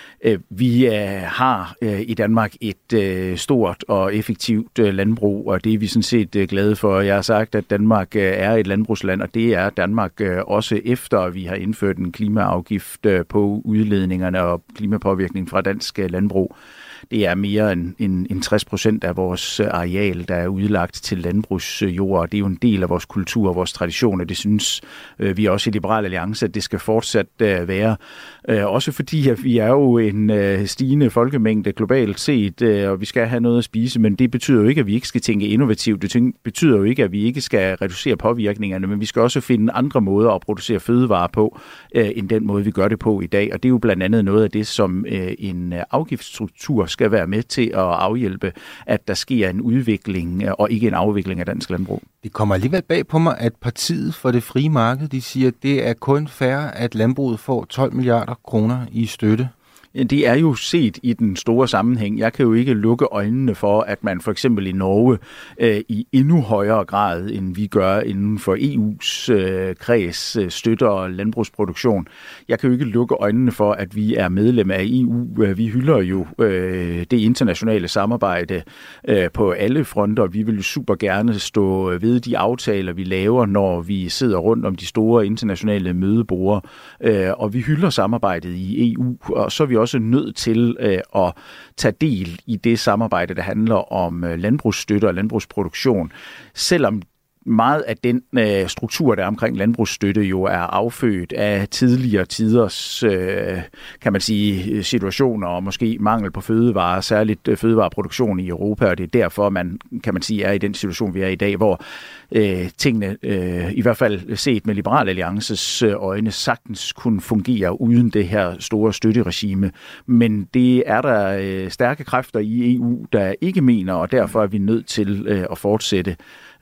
Vi har i Danmark et stort og effektivt landbrug, og det er vi sådan set glade for. Jeg har sagt, at Danmark er et landbrugsland, og det er Danmark også efter, at vi har indført en klimaafgift på udledningerne og klimapåvirkning fra dansk landbrug. Det er mere end, end, end tres procent af vores areal, der er udlagt til landbrugsjord, og det er jo en del af vores kultur og vores traditioner. Det synes øh, vi også i Liberal Alliance, at det skal fortsat øh, være. Øh, også fordi, at vi er jo en øh, stigende folkemængde globalt set, øh, og vi skal have noget at spise, men det betyder jo ikke, at vi ikke skal tænke innovativt. Det betyder jo ikke, at vi ikke skal reducere påvirkningerne, men vi skal også finde andre måder at producere fødevarer på, øh, end den måde, vi gør det på i dag. Og det er jo blandt andet noget af det, som øh, en afgiftsstruktur skal være med til at afhjælpe, at der sker en udvikling og ikke en afvikling af dansk landbrug.
Det kommer alligevel bag på mig, at partiet for det frie marked, de siger, at det er kun fair, at landbruget får tolv milliarder kroner i støtte.
Det er jo set i den store sammenhæng. Jeg kan jo ikke lukke øjnene for, at man for eksempel i Norge øh, i endnu højere grad, end vi gør inden for E U's øh, kreds, øh, støtter landbrugsproduktion. Jeg kan jo ikke lukke øjnene for, at vi er medlem af E U. Vi hylder jo øh, det internationale samarbejde øh, på alle fronter. Vi vil jo super gerne stå ved de aftaler, vi laver, når vi sidder rundt om de store internationale mødeborde. Øh, og vi hylder samarbejdet i E U, og så er vi også nødt til øh, at tage del i det samarbejde, der handler om øh, landbrugsstøtte og landbrugsproduktion. Selvom meget af den øh, struktur, der er omkring landbrugsstøtte, jo er affødt af tidligere tiders, øh, kan man sige, situationer og måske mangel på fødevarer, særligt øh, fødevareproduktion i Europa, og det er derfor, man, kan man sige, er i den situation, vi er i dag, hvor øh, tingene, øh, i hvert fald set med Liberal Alliances øjne, sagtens kunne fungere uden det her store støtteregime. Men det er der øh, stærke kræfter i E U, der ikke mener, og derfor er vi nødt til øh, at fortsætte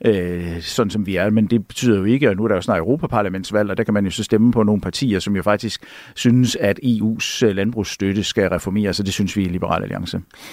Øh, sådan som vi er, men det betyder jo ikke, at nu er der jo snart Europaparlamentsvalg, og der kan man jo så stemme på nogle partier, som jo faktisk synes, at E U's landbrugsstøtte skal reformeres, og det synes vi i Liberal Alliance.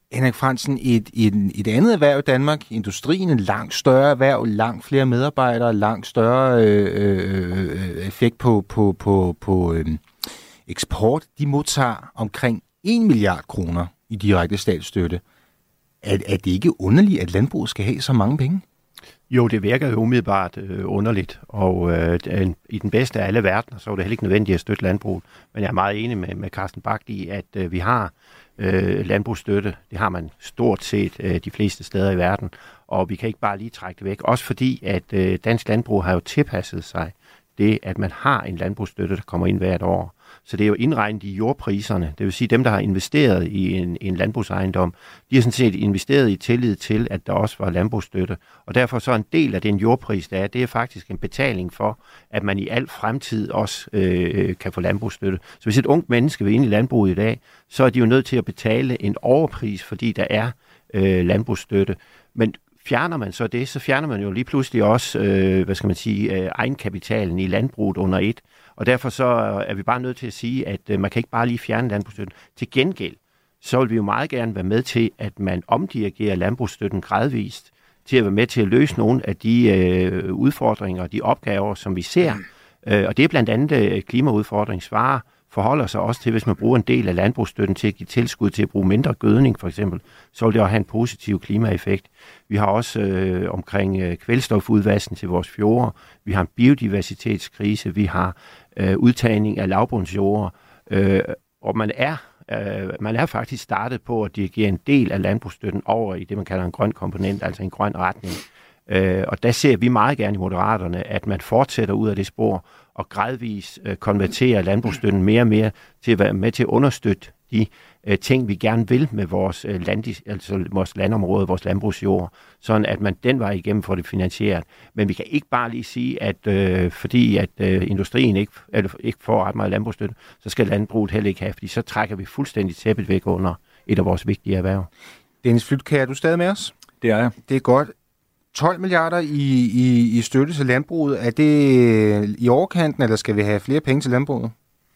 Henrik Frandsen, et, et, et andet erhverv i Danmark, industrien, en langt større erhverv, langt flere medarbejdere, langt større øh, øh, effekt på, på, på, på øh, eksport, de modtager omkring en milliard kroner i direkte statsstøtte. Er, er det ikke underligt, at landbruget skal have så mange penge?
Jo, det virker jo umiddelbart øh, underligt, og øh, i den bedste af alle verdener, så er det heller ikke nødvendigt at støtte landbruget. Men jeg er meget enig med, med Carsten Bach i, at øh, vi har øh, landbrugsstøtte. Det har man stort set øh, de fleste steder i verden, og vi kan ikke bare lige trække det væk. Også fordi, at øh, dansk landbrug har jo tilpasset sig det, at man har en landbrugsstøtte, der kommer ind hvert år. Så det er jo indregnet i jordpriserne. Det vil sige, dem, der har investeret i en, en landbrugsejendom, de har sådan set investeret i tillid til, at der også var landbrugsstøtte. Og derfor så en del af den jordpris, der er, det er faktisk en betaling for, at man i al fremtid også øh, kan få landbrugsstøtte. Så hvis et ungt menneske vil ind i landbruget i dag, så er de jo nødt til at betale en overpris, fordi der er øh, landbrugsstøtte. Men fjerner man så det, så fjerner man jo lige pludselig også, øh, hvad skal man sige, øh, egenkapitalen i landbruget under et. Og derfor så er vi bare nødt til at sige, at øh, man kan ikke bare lige fjerne landbrugsstøtten. Til gengæld, så vil vi jo meget gerne være med til, at man omdirigerer landbrugsstøtten gradvist, til at være med til at løse nogle af de øh, udfordringer og de opgaver, som vi ser. Øh, og det er blandt andet øh, klimaudfordringsvarer, forholder sig også til, hvis man bruger en del af landbrugsstøtten til at give tilskud til at bruge mindre gødning, for eksempel, så vil det også have en positiv klimaeffekt. Vi har også øh, omkring øh, kvælstofudvaskning til vores fjorde, vi har en biodiversitetskrise, vi har øh, udtagning af lavbundsjorder, øh, og man er, øh, man er faktisk startet på at dirigere en del af landbrugsstøtten over i det, man kalder en grøn komponent, altså en grøn retning. Øh, og der ser vi meget gerne i Moderaterne, at man fortsætter ud af det spor, og gradvist øh, konverterer landbrugsstøtten mere og mere til at være med til at understøtte de øh, ting, vi gerne vil med vores, øh, landis, altså vores landområde, vores landbrugsjord, sådan at man den vej igennem får det finansieret. Men vi kan ikke bare lige sige, at øh, fordi at øh, industrien ikke, eller, ikke får ret meget landbrugsstøtte, så skal landbruget heller ikke have, fordi så trækker vi fuldstændig tæppet væk under et af vores vigtige erhverv.
Dennis Flydtkjær, er du stadig med os?
Det er jeg.
Det er godt. tolv milliarder i, i, i støtte til landbruget. Er det i overkanten, eller skal vi have flere penge til landbruget?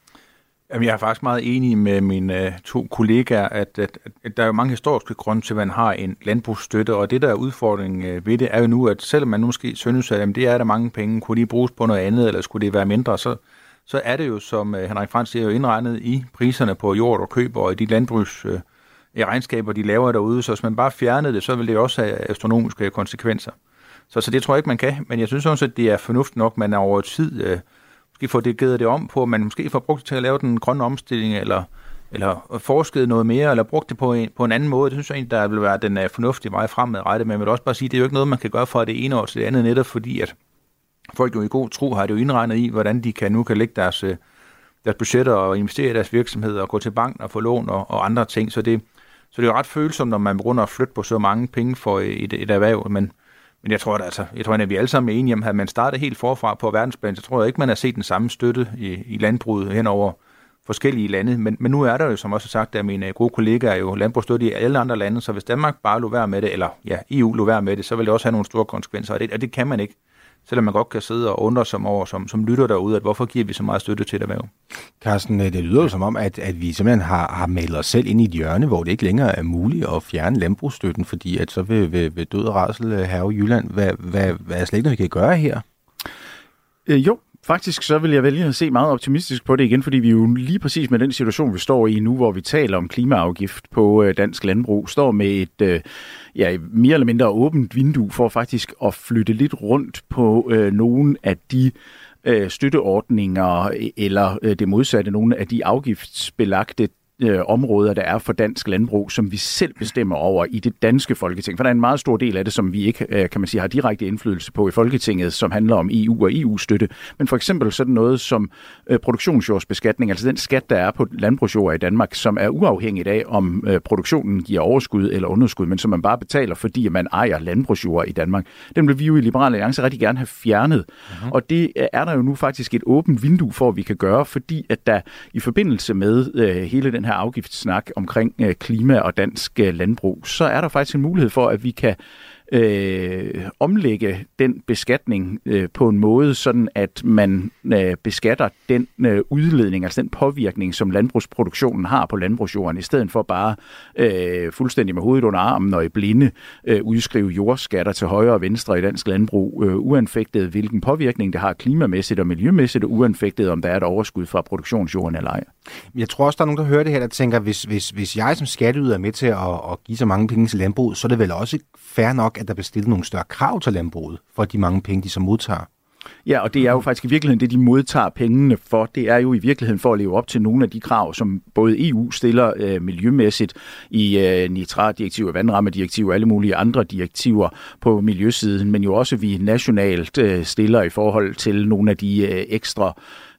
Jamen, jeg er faktisk meget enig med mine uh, to kollegaer, at, at, at der er jo mange historiske grunde til, at man har en landbrugsstøtte, og det der er udfordringen uh, ved det, er jo nu, at selvom man nu måske synes, at jamen, det er der mange penge, kunne de bruges på noget andet, eller skulle det være mindre, så, så er det jo, som uh, Henrik Frandsen siger, jo indregnet i priserne på jord og køb, og i de landbrugs uh, i regnskaber, de laver derude, så hvis man bare fjernede det, så ville det også have astronomiske konsekvenser. Så, så det tror jeg ikke, man kan, men jeg synes også, at det er fornuftigt nok, man er over tid øh, måske får det givet det om på, at man måske får brugt det til at lave den grønne omstilling, eller, eller forsket noget mere, eller brugt det på en, på en anden måde. Det synes jeg egentlig, der vil være den uh, fornuftige vej fremadrettet, men jeg vil også bare sige, at det er jo ikke noget, man kan gøre fra det ene år til det andet, netop fordi, at folk jo i god tro har det jo indregnet i, hvordan de kan, nu kan lægge deres, øh, deres budgetter og investere i deres virksomheder, og gå til banken og få lån og, og andre ting, så det Så det er jo ret følsomt, når man begynder at flytte på så mange penge for et, et erhverv, men, men jeg tror, at, altså, jeg tror, at vi alle sammen er enige om, at man starter helt forfra på verdensplan, så tror jeg ikke, man har set den samme støtte i, i landbruget hen over forskellige lande, men, men nu er der jo, som også sagt, at mine gode kollegaer er jo landbrugsstøtte i alle andre lande, så hvis Danmark bare lå være med det, eller ja, E U lå være med det, så vil det også have nogle store konsekvenser, og det, og det kan man ikke. Selvom man godt kan sidde og undre sig over, som, som lytter derude, at hvorfor giver vi så meget støtte til et erhverv?
Carsten, det lyder jo som om, at, at vi simpelthen har, har malet os selv ind i et hjørne, hvor det ikke længere er muligt at fjerne landbrugsstøtten, fordi at så vil, vil, vil død og rædsel herre i Jylland. Hvad, hvad, hvad er slet ikke noget, vi kan gøre her?
Øh, jo, faktisk så vil jeg vælge at se meget optimistisk på det igen, fordi vi jo lige præcis med den situation, vi står i nu, hvor vi taler om klimaafgift på øh, dansk landbrug, står med et øh, ja, mere eller mindre åbent vindue for faktisk at flytte lidt rundt på øh, nogle af de øh, støtteordninger, eller øh, det modsatte, nogle af de afgiftsbelagte øh, områder, der er for dansk landbrug, som vi selv bestemmer over i det danske Folketing. For der er en meget stor del af det, som vi ikke, øh, kan man sige, har direkte indflydelse på i Folketinget, som handler om E U og E U-støtte. Men for eksempel sådan noget som øh, produktionsjordsbeskatning, altså den skat, der er på landbrugsjord i Danmark, som er uafhængigt af, om øh, produktionen giver overskud eller underskud, men som man bare betaler, fordi man ejer landbrugsjord i Danmark. Den vil vi jo i Liberal Alliance rigtig gerne have fjernet. Uh-huh. Og det er der jo nu faktisk et åbent vindue for, at vi kan gøre, fordi at der i forbindelse med øh, hele den her afgiftssnak omkring øh, klima og dansk øh, landbrug, så er der faktisk en mulighed for, at vi kan øh, omlægge den beskatning øh, på en måde, sådan at man øh, beskatter den øh, udledning, altså den påvirkning, som landbrugsproduktionen har på landbrugsjorden, i stedet for bare øh, fuldstændig med hovedet under armen og i blinde øh, udskrive jordskatter til højre og venstre i dansk landbrug, øh, uanfægtet hvilken påvirkning det har klimamæssigt og miljømæssigt, og uanfægtet om der er et overskud fra produktionsjorden eller ej.
Jeg tror også, der er nogen, der hører det her, der tænker, hvis, hvis, hvis jeg som skatteyder er med til at, at give så mange penge til landbruget, så er det vel også fair nok, at der bliver stillet nogle større krav til landbruget, for de mange penge, de så modtager.
Ja, og det er jo faktisk i virkeligheden det, de modtager pengene for. Det er jo i virkeligheden for at leve op til nogle af de krav, som både E U stiller øh, miljømæssigt i øh, nitratdirektiv, vandrammedirektiv og alle mulige andre direktiver på miljøsiden, men jo også vi nationalt øh, stiller i forhold til nogle af de øh, ekstra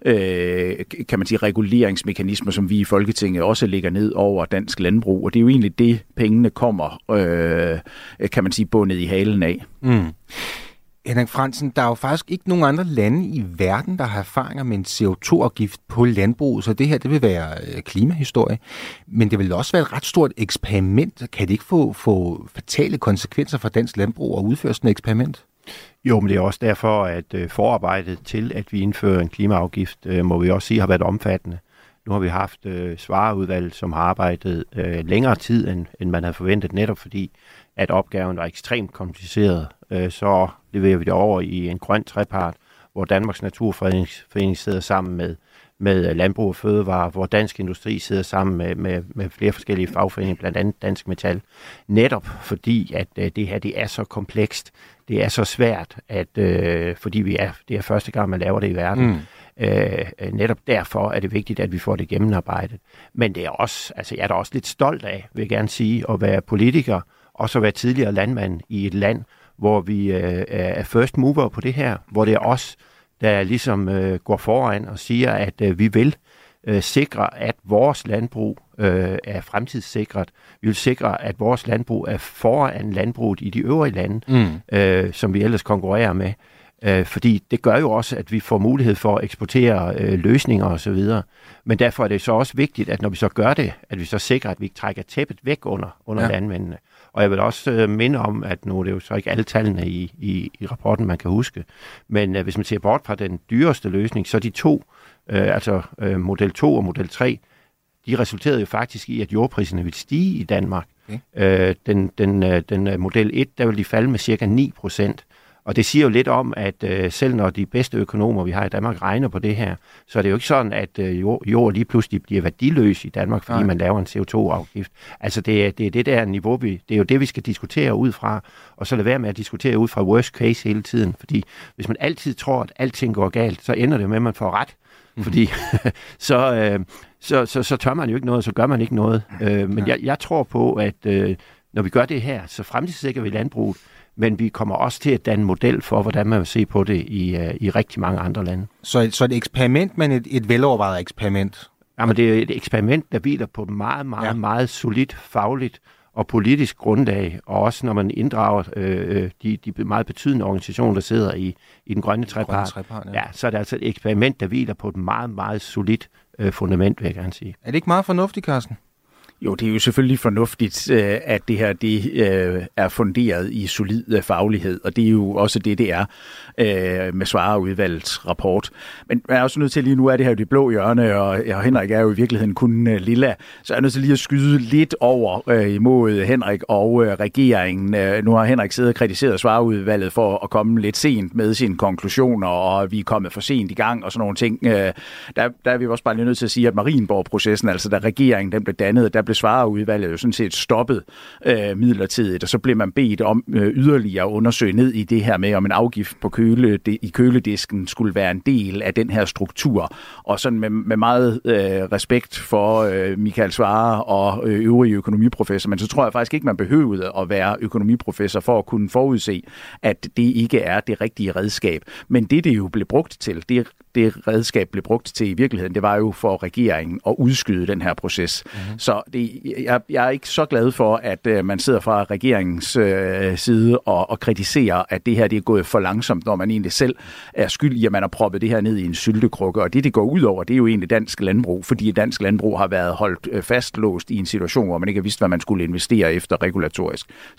øh, kan man sige, reguleringsmekanismer, som vi i Folketinget også lægger ned over dansk landbrug. Og det er jo egentlig det, pengene kommer, øh, kan man sige, bundet i halen af.
Mm. Henrik Frandsen, der er jo faktisk ikke nogen andre lande i verden, der har erfaringer med en C O to afgift på landbruget, så det her, det vil være klimahistorie. Men det vil også være et ret stort eksperiment. Kan det ikke få, få fatale konsekvenser for dansk landbrug at udføre sådan et eksperiment?
Jo, men det er også derfor, at forarbejdet til, at vi indfører en klimaafgift, må vi også sige, har været omfattende. Nu har vi haft øh, svareudvalg, som har arbejdet øh, længere tid, end, end man havde forventet, netop fordi, at opgaven var ekstremt kompliceret. Øh, så leverer vi det over i en grøn trepart, hvor Danmarks Naturfredningsforening sidder sammen med, med Landbrug og Fødevare, hvor Dansk Industri sidder sammen med, med, med flere forskellige fagforeninger, blandt andet Dansk Metal. Netop fordi, at øh, det her det er så komplekst, det er så svært, at øh, fordi vi er, det er første gang, man laver det i verden. Mm. Øh, netop derfor er det vigtigt, at vi får det gennemarbejdet. Men det er også, altså jeg er da også lidt stolt af, vil jeg gerne sige, at være politiker, og så være tidligere landmand i et land, hvor vi øh, er first mover på det her, hvor det er os, der ligesom øh, går foran og siger, at øh, vi vil øh, sikre, at vores landbrug øh, er fremtidssikret. Vi vil sikre, at vores landbrug er foran landbruget i de øvrige lande, mm. øh, som vi ellers konkurrerer med. Øh, fordi det gør jo også, at vi får mulighed for at eksportere øh, løsninger osv. Men derfor er det så også vigtigt, at når vi så gør det, at vi så sikrer, at vi ikke trækker tæppet væk under, under ja. landmændene. Og jeg vil også øh, minde om, at nu det er jo så ikke alle tallene i, i, i rapporten, man kan huske. Men øh, hvis man ser bort fra den dyreste løsning, så de to, øh, altså øh, model to og model tre, de resulterede jo faktisk i, at jordpriserne vil stige i Danmark. Okay. Øh, den, den, øh, den øh, model et, der vil de falde med cirka ni procent. Og det siger jo lidt om, at øh, selv når de bedste økonomer, vi har i Danmark, regner på det her, så er det jo ikke sådan, at øh, jord, jord lige pludselig bliver værdiløs i Danmark, fordi Nej. man laver en C O to afgift. Altså det, det er det der niveau, vi, det er jo det, vi skal diskutere ud fra, og så lade være med at diskutere ud fra worst case hele tiden. Fordi hvis man altid tror, at alting går galt, så ender det med, at man får ret. Mm-hmm. Fordi så, øh, så, så, så tør man jo ikke noget, så gør man ikke noget. Øh, men jeg, jeg tror på, at øh, når vi gør det her, så fremtidssikrer vi landbruget, men vi kommer også til at danne en model for, hvordan man vil se på det i, uh, i rigtig mange andre lande.
Så, så et eksperiment, men et, et velovervejet eksperiment?
Jamen, det er et eksperiment, der hviler på et meget, meget, ja. meget solidt, fagligt og politisk grundlag, og også når man inddrager øh, de, de meget betydende organisationer, der sidder i, i den grønne trepart, trepart ja. Ja, så er det altså et eksperiment, der hviler på et meget, meget solidt øh, fundament, vil jeg gerne sige.
Er det ikke meget fornuftigt, Carsten?
Jo, det er jo selvfølgelig fornuftigt, at det her det er funderet i solid faglighed, og det er jo også det, det er med Svareudvalgets rapport. Men jeg er også nødt til lige nu, er det her det blå hjørne, og Henrik er jo i virkeligheden kun lilla, så jeg er nødt til lige at skyde lidt over imod Henrik og regeringen. Nu har Henrik siddet og kritiseret Svareudvalget for at komme lidt sent med sine konklusioner, og vi er kommet for sent i gang og sådan nogle ting. Der, der er vi også bare lige nødt til at sige, at Marienborg-processen, altså da regeringen den blev dannet, der blev Svareudvalget jo sådan set stoppet øh, midlertidigt, og så blev man bedt om øh, yderligere at undersøge ned i det her med, om en afgift på køle, de, i køledisken skulle være en del af den her struktur. Og sådan med, med meget øh, respekt for øh, Michael Svarer og øh, øvrige økonomiprofessorer, men så tror jeg faktisk ikke, man behøvede at være økonomiprofessor for at kunne forudse, at det ikke er det rigtige redskab. Men det, det jo blev brugt til, det det redskab blev brugt til i virkeligheden, det var jo for regeringen at udskyde den her proces. Mm-hmm. Så det, jeg, jeg er ikke så glad for, at uh, man sidder fra regeringens uh, side og, og kritiserer, at det her det er gået for langsomt, når man egentlig selv er skyld i, at man har proppet det her ned i en syltekrukke. Og det, det går ud over, det er jo egentlig dansk landbrug, fordi dansk landbrug har været holdt uh, fastlåst i en situation, hvor man ikke har vidst, hvad man skulle investere efter regulatorisk. Så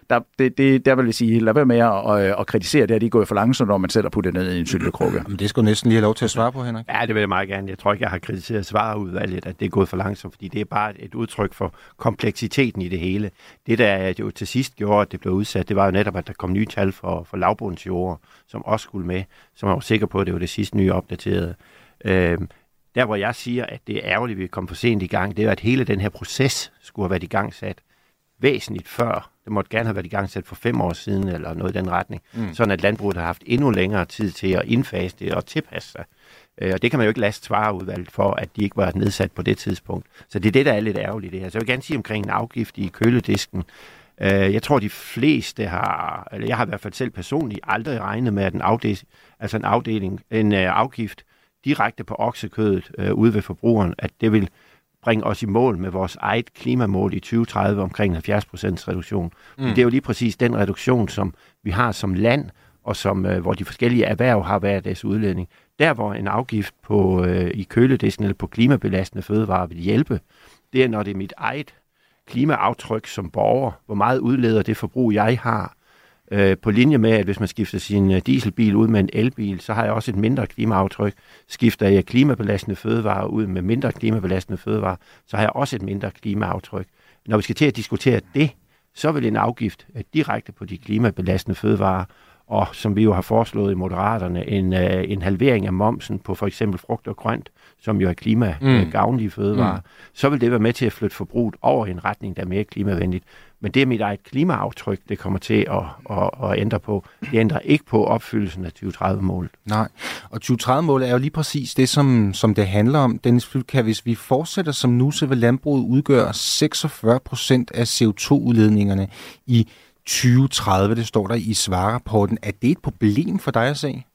der, det, det, der vil jeg sige, lad være med at, at, at kritisere det, at de er gået for langsomt, når man sætter på det ned i en syltekrukke.
Det skulle næsten lige have lov til at svare på, Henrik.
Ja, det vil jeg meget gerne. Jeg tror ikke, jeg har kritiseret svarudvalget, at det er gået for langsomt, fordi det er bare et udtryk for kompleksiteten i det hele. Det, der jo til sidst gjorde, at det blev udsat, det var jo netop, at der kom nye tal for, for lavbundsjord, som også skulle med, som jeg var sikker på, at det var det sidste nye opdaterede. Øhm, der, hvor jeg siger, at det er ærgerligt, at vi kom for sent i gang, det er, at hele den her proces skulle have været i gang sat væsentligt før. Det måtte gerne have været i gang sat for fem år siden, eller noget i den retning. Mm. Sådan at landbruget har haft endnu længere tid til at indfase det og tilpasse sig. Og det kan man jo ikke laste svareudvalget for, at de ikke var nedsat på det tidspunkt. Så det er det, der er lidt ærgerligt det her. Så jeg vil gerne sige omkring en afgift i køledisken. Jeg tror, de fleste har, eller jeg har i hvert fald selv personligt aldrig regnet med, at en, afdel, altså en afdeling, en afgift direkte på oksekødet øh, ude ved forbrugeren, at det vil bringe os i mål med vores eget klimamål i tyve tredive omkring halvfjerds procent reduktion. Mm. Det er jo lige præcis den reduktion, som vi har som land, og som, øh, hvor de forskellige erhverv har været deres udledning. Der, hvor en afgift på, øh, i køledisken eller på klimabelastende fødevarer vil hjælpe, det er, når det er mit eget klimaaftryk som borger, hvor meget udleder det forbrug, jeg har, øh, på linje med, at hvis man skifter sin dieselbil ud med en elbil, så har jeg også et mindre klimaaftryk. Skifter jeg klimabelastende fødevarer ud med mindre klimabelastende fødevarer, så har jeg også et mindre klimaaftryk. Når vi skal til at diskutere det, så vil en afgift direkte på de klimabelastende fødevarer, og som vi jo har foreslået i Moderaterne, en, øh, en halvering af momsen på for eksempel frugt og grønt, som jo er klimagavnlige fødevarer, mm. så vil det være med til at flytte forbruget over i en retning, der er mere klimavenligt. Men det er mit eget klimaaftryk, det kommer til at, at, at ændre på. Det ændrer ikke på opfyldelsen af tyve tredive-målet.
Nej, og tyve tredive-målet er jo lige præcis det, som, som det handler om. Dennis Flydtkjær, hvis vi fortsætter som nu, så vil landbruget udgøre seksogfyrre procent af C O to udledningerne i tyve tredive, det står der i svarerapporten. Er det et problem for dig at se?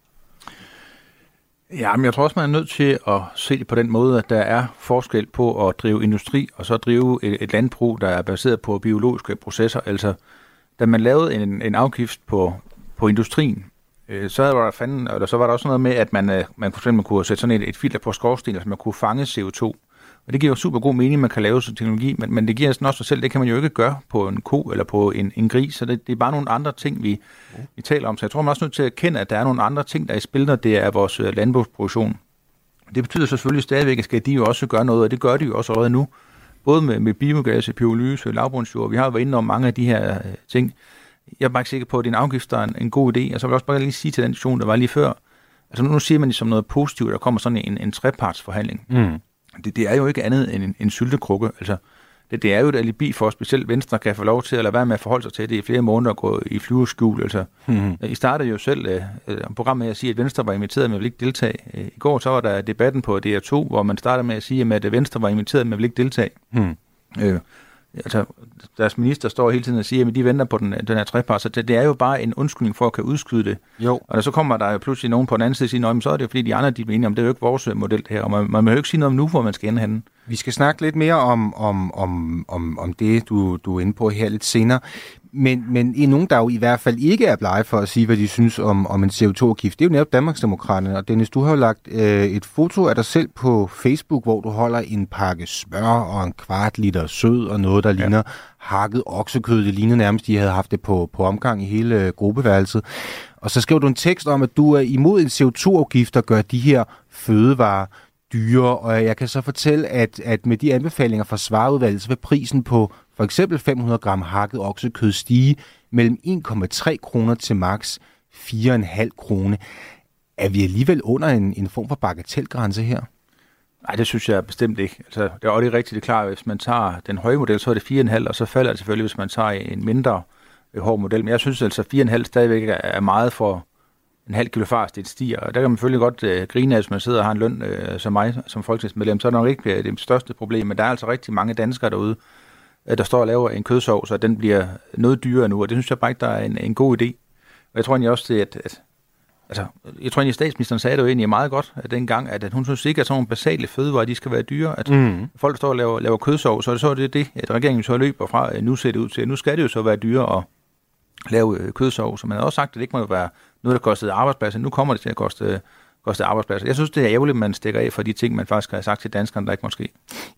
Ja, men jeg tror også, man er nødt til at se det på den måde, at der er forskel på at drive industri, og så drive et, et landbrug, der er baseret på biologiske processer. Altså, da man lavede en, en afgift på, på industrien, øh, så, var der fanden, eller så var der også noget med, at man, øh, man for eksempel kunne sætte sådan et, et filter på skorsten, altså man kunne fange C O to. Og det giver jo super god mening, man kan lave sådan teknologi, men, men det giver sådan også sig selv, det kan man jo ikke gøre på en ko eller på en, en gris, så det, det er bare nogle andre ting, vi, vi taler om. Så jeg tror, man er også nødt til at erkende, at der er nogle andre ting, der er i spil, når det er vores landbrugsproduktion. Det betyder selvfølgelig stadigvæk, at skal de jo også gøre noget, og det gør de jo også allerede nu. Både med, med biogas, pyrolyse, lavbundsjord, vi har jo været inde om mange af de her uh, ting. Jeg er bare ikke sikker på, at det er en afgift, der er en, en god idé, og så vil jeg også bare lige sige til den diskussion, der var lige før. Altså nu, nu siger man ligesom noget positivt, der kommer sådan en, en trepartsforhandling. Mm. Det, det er jo ikke andet end en, en syltekrukke. Altså, det, det er jo et alibi for, specielt Venstre kan få lov til at lade være med at forholde sig til det i flere måneder og gå i flyveskjul. Altså, mm-hmm. I startede jo selv uh, programmet med at sige, at Venstre var inviteret, men ville ikke deltage. Uh, I går så var der debatten på D R to, hvor man startede med at sige, at Venstre var inviteret, men ville ikke deltage. Mm. Uh, altså, deres minister står hele tiden og siger, at de venter på den, den her trepart, så det, det er jo bare en undskyldning for at kan udskyde det. Jo. Og så kommer der jo pludselig nogen på den anden side og siger, men så er det jo fordi de andre, de er enige om, det er jo ikke vores model her, og man, man må jo ikke sige noget om nu, hvor man skal ende henne.
Vi skal snakke lidt mere om, om, om, om, om det, du, du er inde på her lidt senere. Men, men i nogen, der jo i hvert fald ikke er blege for at sige, hvad de synes om, om en C O to-afgift, det er jo netop Danmarksdemokraterne. Og Dennis, du har jo lagt øh, et foto af dig selv på Facebook, hvor du holder en pakke smør og en kvart liter sød og noget, der ja. ligner hakket oksekød. Det ligner nærmest, de havde haft det på, på omgang i hele øh, gruppeværelset. Og så skriver du en tekst om, at du er imod en C O to-afgift, der gør de her fødevarer dyre, og jeg kan så fortælle, at, at med de anbefalinger fra svareudvalget, så vil prisen på for eksempel fem hundrede gram hakket oksekød stige mellem en komma tre kroner til maks fire komma fem kroner. Er vi alligevel under en, en form for bagatelgrænse her?
Nej, det synes jeg bestemt ikke. Altså, det er også rigtigt, det er klart, hvis man tager den høje model, så er det fire komma fem, og så falder det selvfølgelig, hvis man tager en mindre hård model. Men jeg synes altså, fire komma fem stadigvæk er meget for en halv kilo fars, det stiger. Og der kan man selvfølgelig godt øh, grine af, hvis man sidder og har en løn øh, som mig, som folketingsmedlem, så er det nok ikke øh, det største problem. Men der er altså rigtig mange danskere derude, øh, der står og laver en kødsovs, og den bliver noget dyrere nu, og det synes jeg bare ikke, der er en, en god idé. Og jeg tror egentlig også, at, at altså, jeg tror egentlig, at statsministeren sagde det jo egentlig meget godt at dengang, at, at hun synes ikke, at sådan nogle basale fødevarer, de skal være dyre. At mm. folk, der står og laver, laver kødsovs, så er det så det, det, at regeringen så løber fra, at nu ser det ud til, at nu skal det jo så være dyre at lave kødsovs. Så man har også sagt, at det ikke må være noget, der kostede arbejdspladser. Nu kommer det til at koste, koste arbejdspladser. Jeg synes, det er ærgerligt, at man stikker af for de ting, man faktisk har sagt til danskerne, der ikke må ske.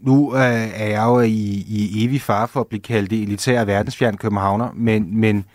Nu øh, er jeg jo i, i evig fare for at blive kaldt det elitære verdensfjern københavner, men, men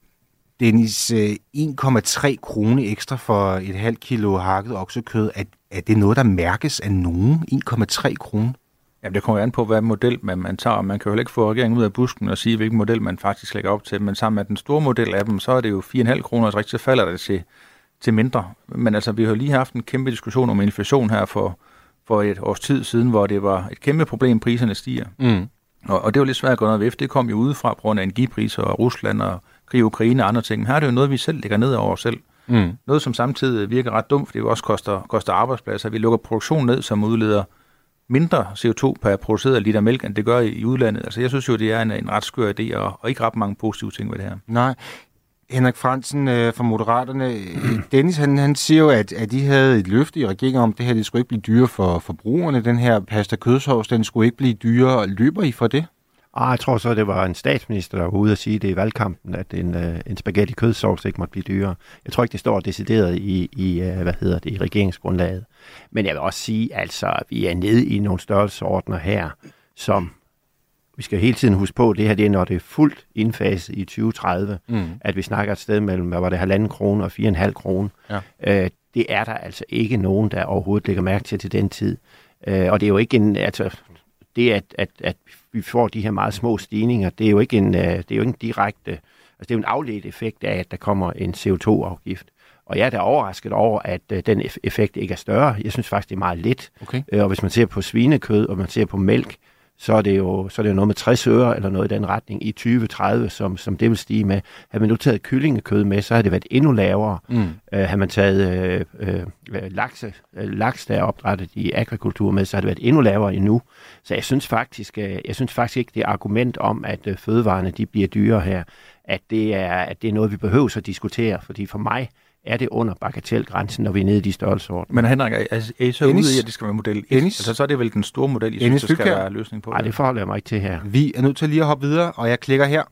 Dennis, øh, en komma tre kroner ekstra for et halvt kilo hakket oksekød, er, er det noget, der mærkes af nogen? en komma tre kroner?
Jamen, det kommer an på, hvad model man, man tager. Man kan jo heller ikke få regeringen ud af busken og sige, hvilken model man faktisk lægger op til. Men sammen med den store model af dem, så er det jo fire komma fem kroner, og så rigtig så falder det til, til mindre. Men altså, vi har jo lige haft en kæmpe diskussion om inflation her for, for et års tid siden, hvor det var et kæmpe problem, priserne stiger. Mm. Og, og det var lidt svært at gå noget ved, det kom jo udefra på grund af energipriser og Rusland og krig i Ukraine og andre ting. Men her er det jo noget, vi selv lægger ned over os selv. Mm. Noget, som samtidig virker ret dumt, fordi det også koster, koster arbejdspladser. Vi lukker produktion ned, som udleder mindre C O to per produceret liter mælk, end det gør i udlandet. Altså, jeg synes jo, det er en, en ret skør idé, og, og ikke ret mange positive ting ved det her. Nej.
Henrik Frandsen øh, fra Moderaterne. Dennis, han, han siger jo, at, at de havde et løfte i regeringen om, at det her det skulle ikke blive dyre for forbrugerne. Den her pasta kødsovs, den skulle ikke blive dyre. Løber I for det?
Ah, jeg tror så, det var en statsminister, der var ude at sige det i valgkampen, at en, uh, en spaghetti kødsovs ikke måtte blive dyrere. Jeg tror ikke, det står decideret i, i uh, hvad hedder det, i regeringsgrundlaget. Men jeg vil også sige, altså, at vi er nede i nogle størrelseordner her, som vi skal hele tiden huske på, det her det er, når det er fuldt indfaset i tyve tredive, mm. at vi snakker et sted mellem, hvad var det, halvanden krone og fire og en halv krone. Ja. Uh, det er der altså ikke nogen, der overhovedet lægger mærke til til den tid. Uh, og det er jo ikke en, altså, det at, at, at vi får de her meget små stigninger, det er jo ikke en, det er jo ikke en direkte, altså det er jo en afledt effekt af, at der kommer en C O to afgift. Og jeg er da overrasket over, at uh, den effekt ikke er større. Jeg synes faktisk, det er meget lidt. Okay. Uh, og hvis man ser på svinekød, og man ser på mælk, så er det jo, så er det jo noget med tres øre, eller noget i den retning, i tyve tredive, som, som det vil stige med. Havde man nu taget kyllingekød med, så har det været endnu lavere. Mm. Uh, havde man taget uh, uh, lakse, uh, laks, der er opdrættet i akvakultur med, så har det været endnu lavere endnu. Så jeg synes faktisk, uh, jeg synes faktisk ikke, det argument om, at uh, fødevarene de bliver dyre her, at det, er, at det er noget, vi behøver at diskutere. Fordi for mig er det under bagatelgrænsen, når vi er nede i de størrelseordner.
Men Henrik, er, er I så Ennis? Ude i, at det skal være model et? Altså, så er det vel den store model, I Ennis, synes, der skal være løsning på?
Nej, det forholder jeg mig ikke til her.
Vi er nødt til lige at hoppe videre, og jeg klikker her.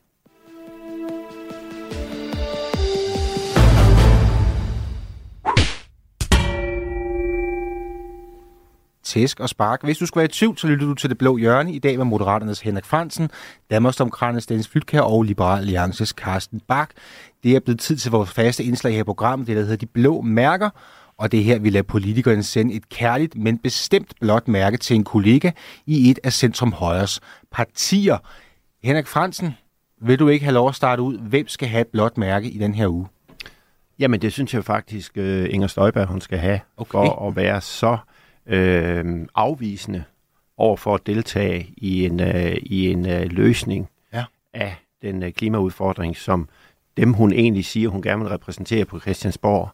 Tæsk og spark. Hvis du skulle være i tvivl, så lytter du til Det Blå Hjørne i dag med Moderaternes Henrik Frandsen, Danmarksdemokraternes Dennis Flydtkjær og Liberal Alliances Carsten Bach. Det er blevet tid til vores faste indslag her i programmet, det der hedder De Blå Mærker, og det er her, vi lader politikerne sende et kærligt, men bestemt blåt mærke til en kollega i et af Centrum Højres partier. Henrik Frandsen, vil du ikke have lov at starte ud? Hvem skal have et blåt mærke i den her uge?
Jamen, det synes jeg faktisk, uh, Inger Støjberg, hun skal have, okay. For at være så Øh, afvisende over for at deltage i en, øh, i en øh, løsning ja. af den øh, klimaudfordring, som dem, hun egentlig siger, hun gerne vil repræsentere på Christiansborg,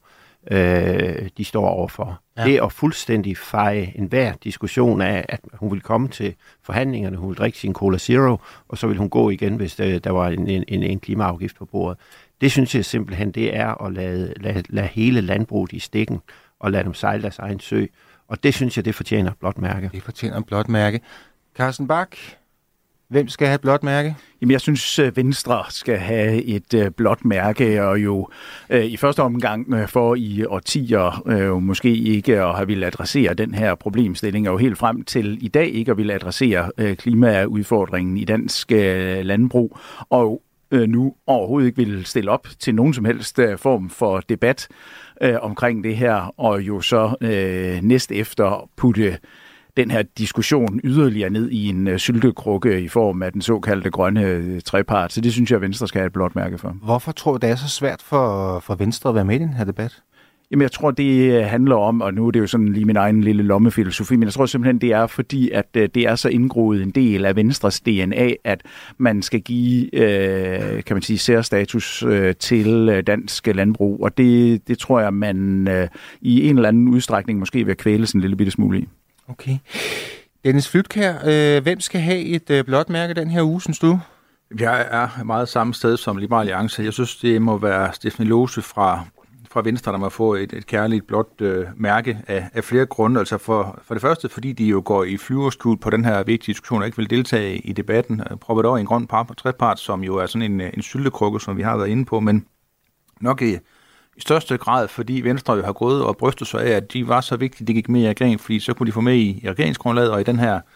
øh, de står overfor. Ja. Det er at fuldstændig feje enhver diskussion af, at hun vil komme til forhandlingerne, hun vil drikke sin Cola Zero, og så vil hun gå igen, hvis der, der var en, en, en klimaafgift på bordet. Det synes jeg simpelthen, det er at lade, lade, lade hele landbruget i stikken, og lade dem sejle deres egen sø. Og det synes jeg, det fortjener et blåt mærke.
Det fortjener et blåt mærke. Carsten Bach, hvem skal have et blåt mærke?
Jamen, jeg synes, Venstre skal have et uh, blåt mærke, og jo uh, i første omgang uh, for i årtier uh, måske ikke at have ville adressere den her problemstilling, og helt frem til i dag ikke at ville adressere uh, klimaudfordringen i dansk uh, landbrug, og uh, nu overhovedet ikke vil stille op til nogen som helst uh, form for debat øh, omkring det her, og jo så øh, næst efter putte den her diskussion yderligere ned i en øh, syltekrukke i form af den såkaldte grønne øh, trepart. Så det synes jeg, at Venstre skal have et blåt mærke for.
Hvorfor tror du, det er så svært for, for Venstre at være med i den her debat?
Jamen, jeg tror, det handler om, og nu er det jo sådan lige min egen lille lommefilosofi, men jeg tror simpelthen, det er fordi, at det er så indgroet en del af Venstres D N A, at man skal give, øh, kan man sige, særstatus øh, til dansk landbrug, og det, det tror jeg, man øh, i en eller anden udstrækning måske vil kvæle sådan en lille bitte smule i.
Okay. Dennis Flydtkjær, øh, hvem skal have et øh, blåt mærke den her uge, synes du?
Jeg er meget samme sted som Liberal Alliance. Jeg synes, det må være Stephanie Lose fra fra Venstre, der må få et, et kærligt blåt øh, mærke af, af flere grunde. Altså for, for det første, fordi de jo går i flyverskjul på den her vigtige diskussion og ikke vil deltage i debatten. Proppet over i en grøn trepart, som jo er sådan en, en syltekrukke, som vi har været inde på, men nok i, i største grad, fordi Venstre jo har gået og brystet sig af, at de var så vigtige, de gik med i regeringen, fordi så kunne de få med i, i regeringsgrundlaget og i den her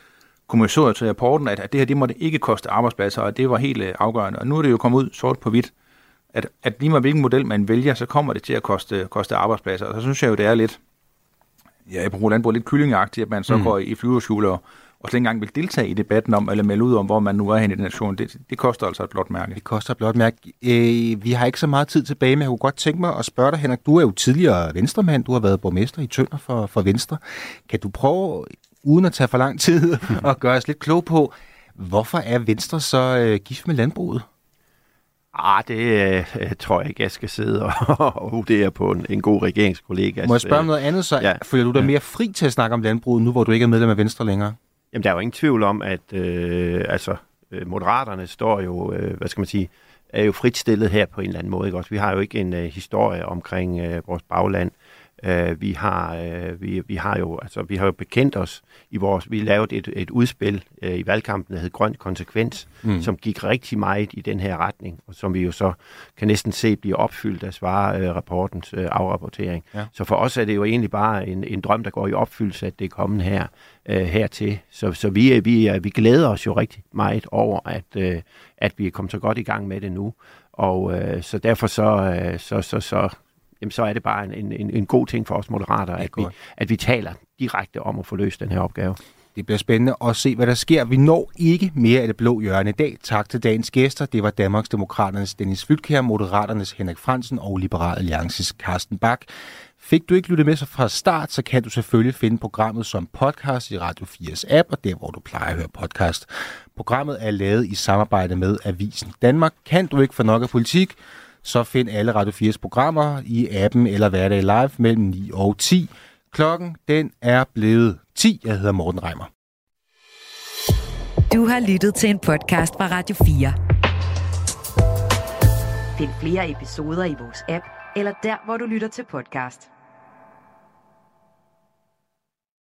kommissoriet til rapporten, at, at det her, det måtte ikke koste arbejdspladser, og det var helt øh, afgørende. Og nu er det jo kommet ud sort på hvidt, at, at lige meget hvilken model man vælger, så kommer det til at koste, koste arbejdspladser. Og så synes jeg jo, det er lidt, ja, jeg bruger landbrug lidt kyllingagtigt, at man så mm. går i flyverskjul og, og slet ikke engang vil deltage i debatten om, eller melde ud om, hvor man nu er henne i den nation. Det, det koster altså et blåt mærke.
Det koster et blåt mærke. Øh, vi har ikke så meget tid tilbage, men jeg kunne godt tænke mig at spørge dig, Henrik. Du er jo tidligere venstremand. Du har været borgmester i Tønder for, for Venstre. Kan du prøve, uden at tage for lang tid, at gøre os lidt klog på, hvorfor er Venstre så øh, gift med landbruget?
Ah, det øh, tror jeg ikke, jeg skal sidde og, og vurdere på en, en god regeringskollega.
Må jeg spørge om noget andet, så ja. Føler du dig mere fri til at snakke om landbruget, nu hvor du ikke er medlem af Venstre længere?
Jamen, der er jo ingen tvivl om, at øh, altså, øh, Moderaterne står jo, øh, hvad skal man sige, er jo frit stillet her på en eller anden måde. Ikke? Også, vi har jo ikke en øh, historie omkring øh, vores bagland. Uh, vi har uh, vi, vi har jo altså vi har jo bekendt os i vores vi lavede et et udspil uh, i valgkampen, der hed Grøn Konsekvens, mm. som gik rigtig meget i den her retning, og som vi jo så kan næsten se blive opfyldt af svare uh, rapportens uh, afrapportering. Ja. Så for os er det jo egentlig bare en, en drøm, der går i opfyldelse, at det er kommet her uh, hertil. Så så vi vi vi glæder os jo rigtig meget over at uh, at vi er kommet så godt i gang med det nu, og uh, så derfor så uh, så så så Jamen, så er det bare en, en, en god ting for os moderater, at vi, at vi taler direkte om at få løst den her opgave.
Det bliver spændende at se, hvad der sker. Vi når ikke mere af det blå hjørne i dag. Tak til dagens gæster. Det var Danmarksdemokraternes Dennis Flydtkjær, Moderaternes Henrik Frandsen og Liberal Alliances Carsten Bach. Fik du ikke lyttet med sig fra start, så kan du selvfølgelig finde programmet som podcast i Radio fires app, og der hvor du plejer at høre podcast. Programmet er lavet i samarbejde med Avisen Danmark. Kan du ikke få nok af politik, så find alle Radio fires programmer i appen eller hverdag live mellem ni og ti. Klokken, den er blevet ti. Jeg hedder Morten Reimer.
Du har lyttet til en podcast fra Radio fire. Find flere episoder i vores app, eller der, hvor du lytter til podcast.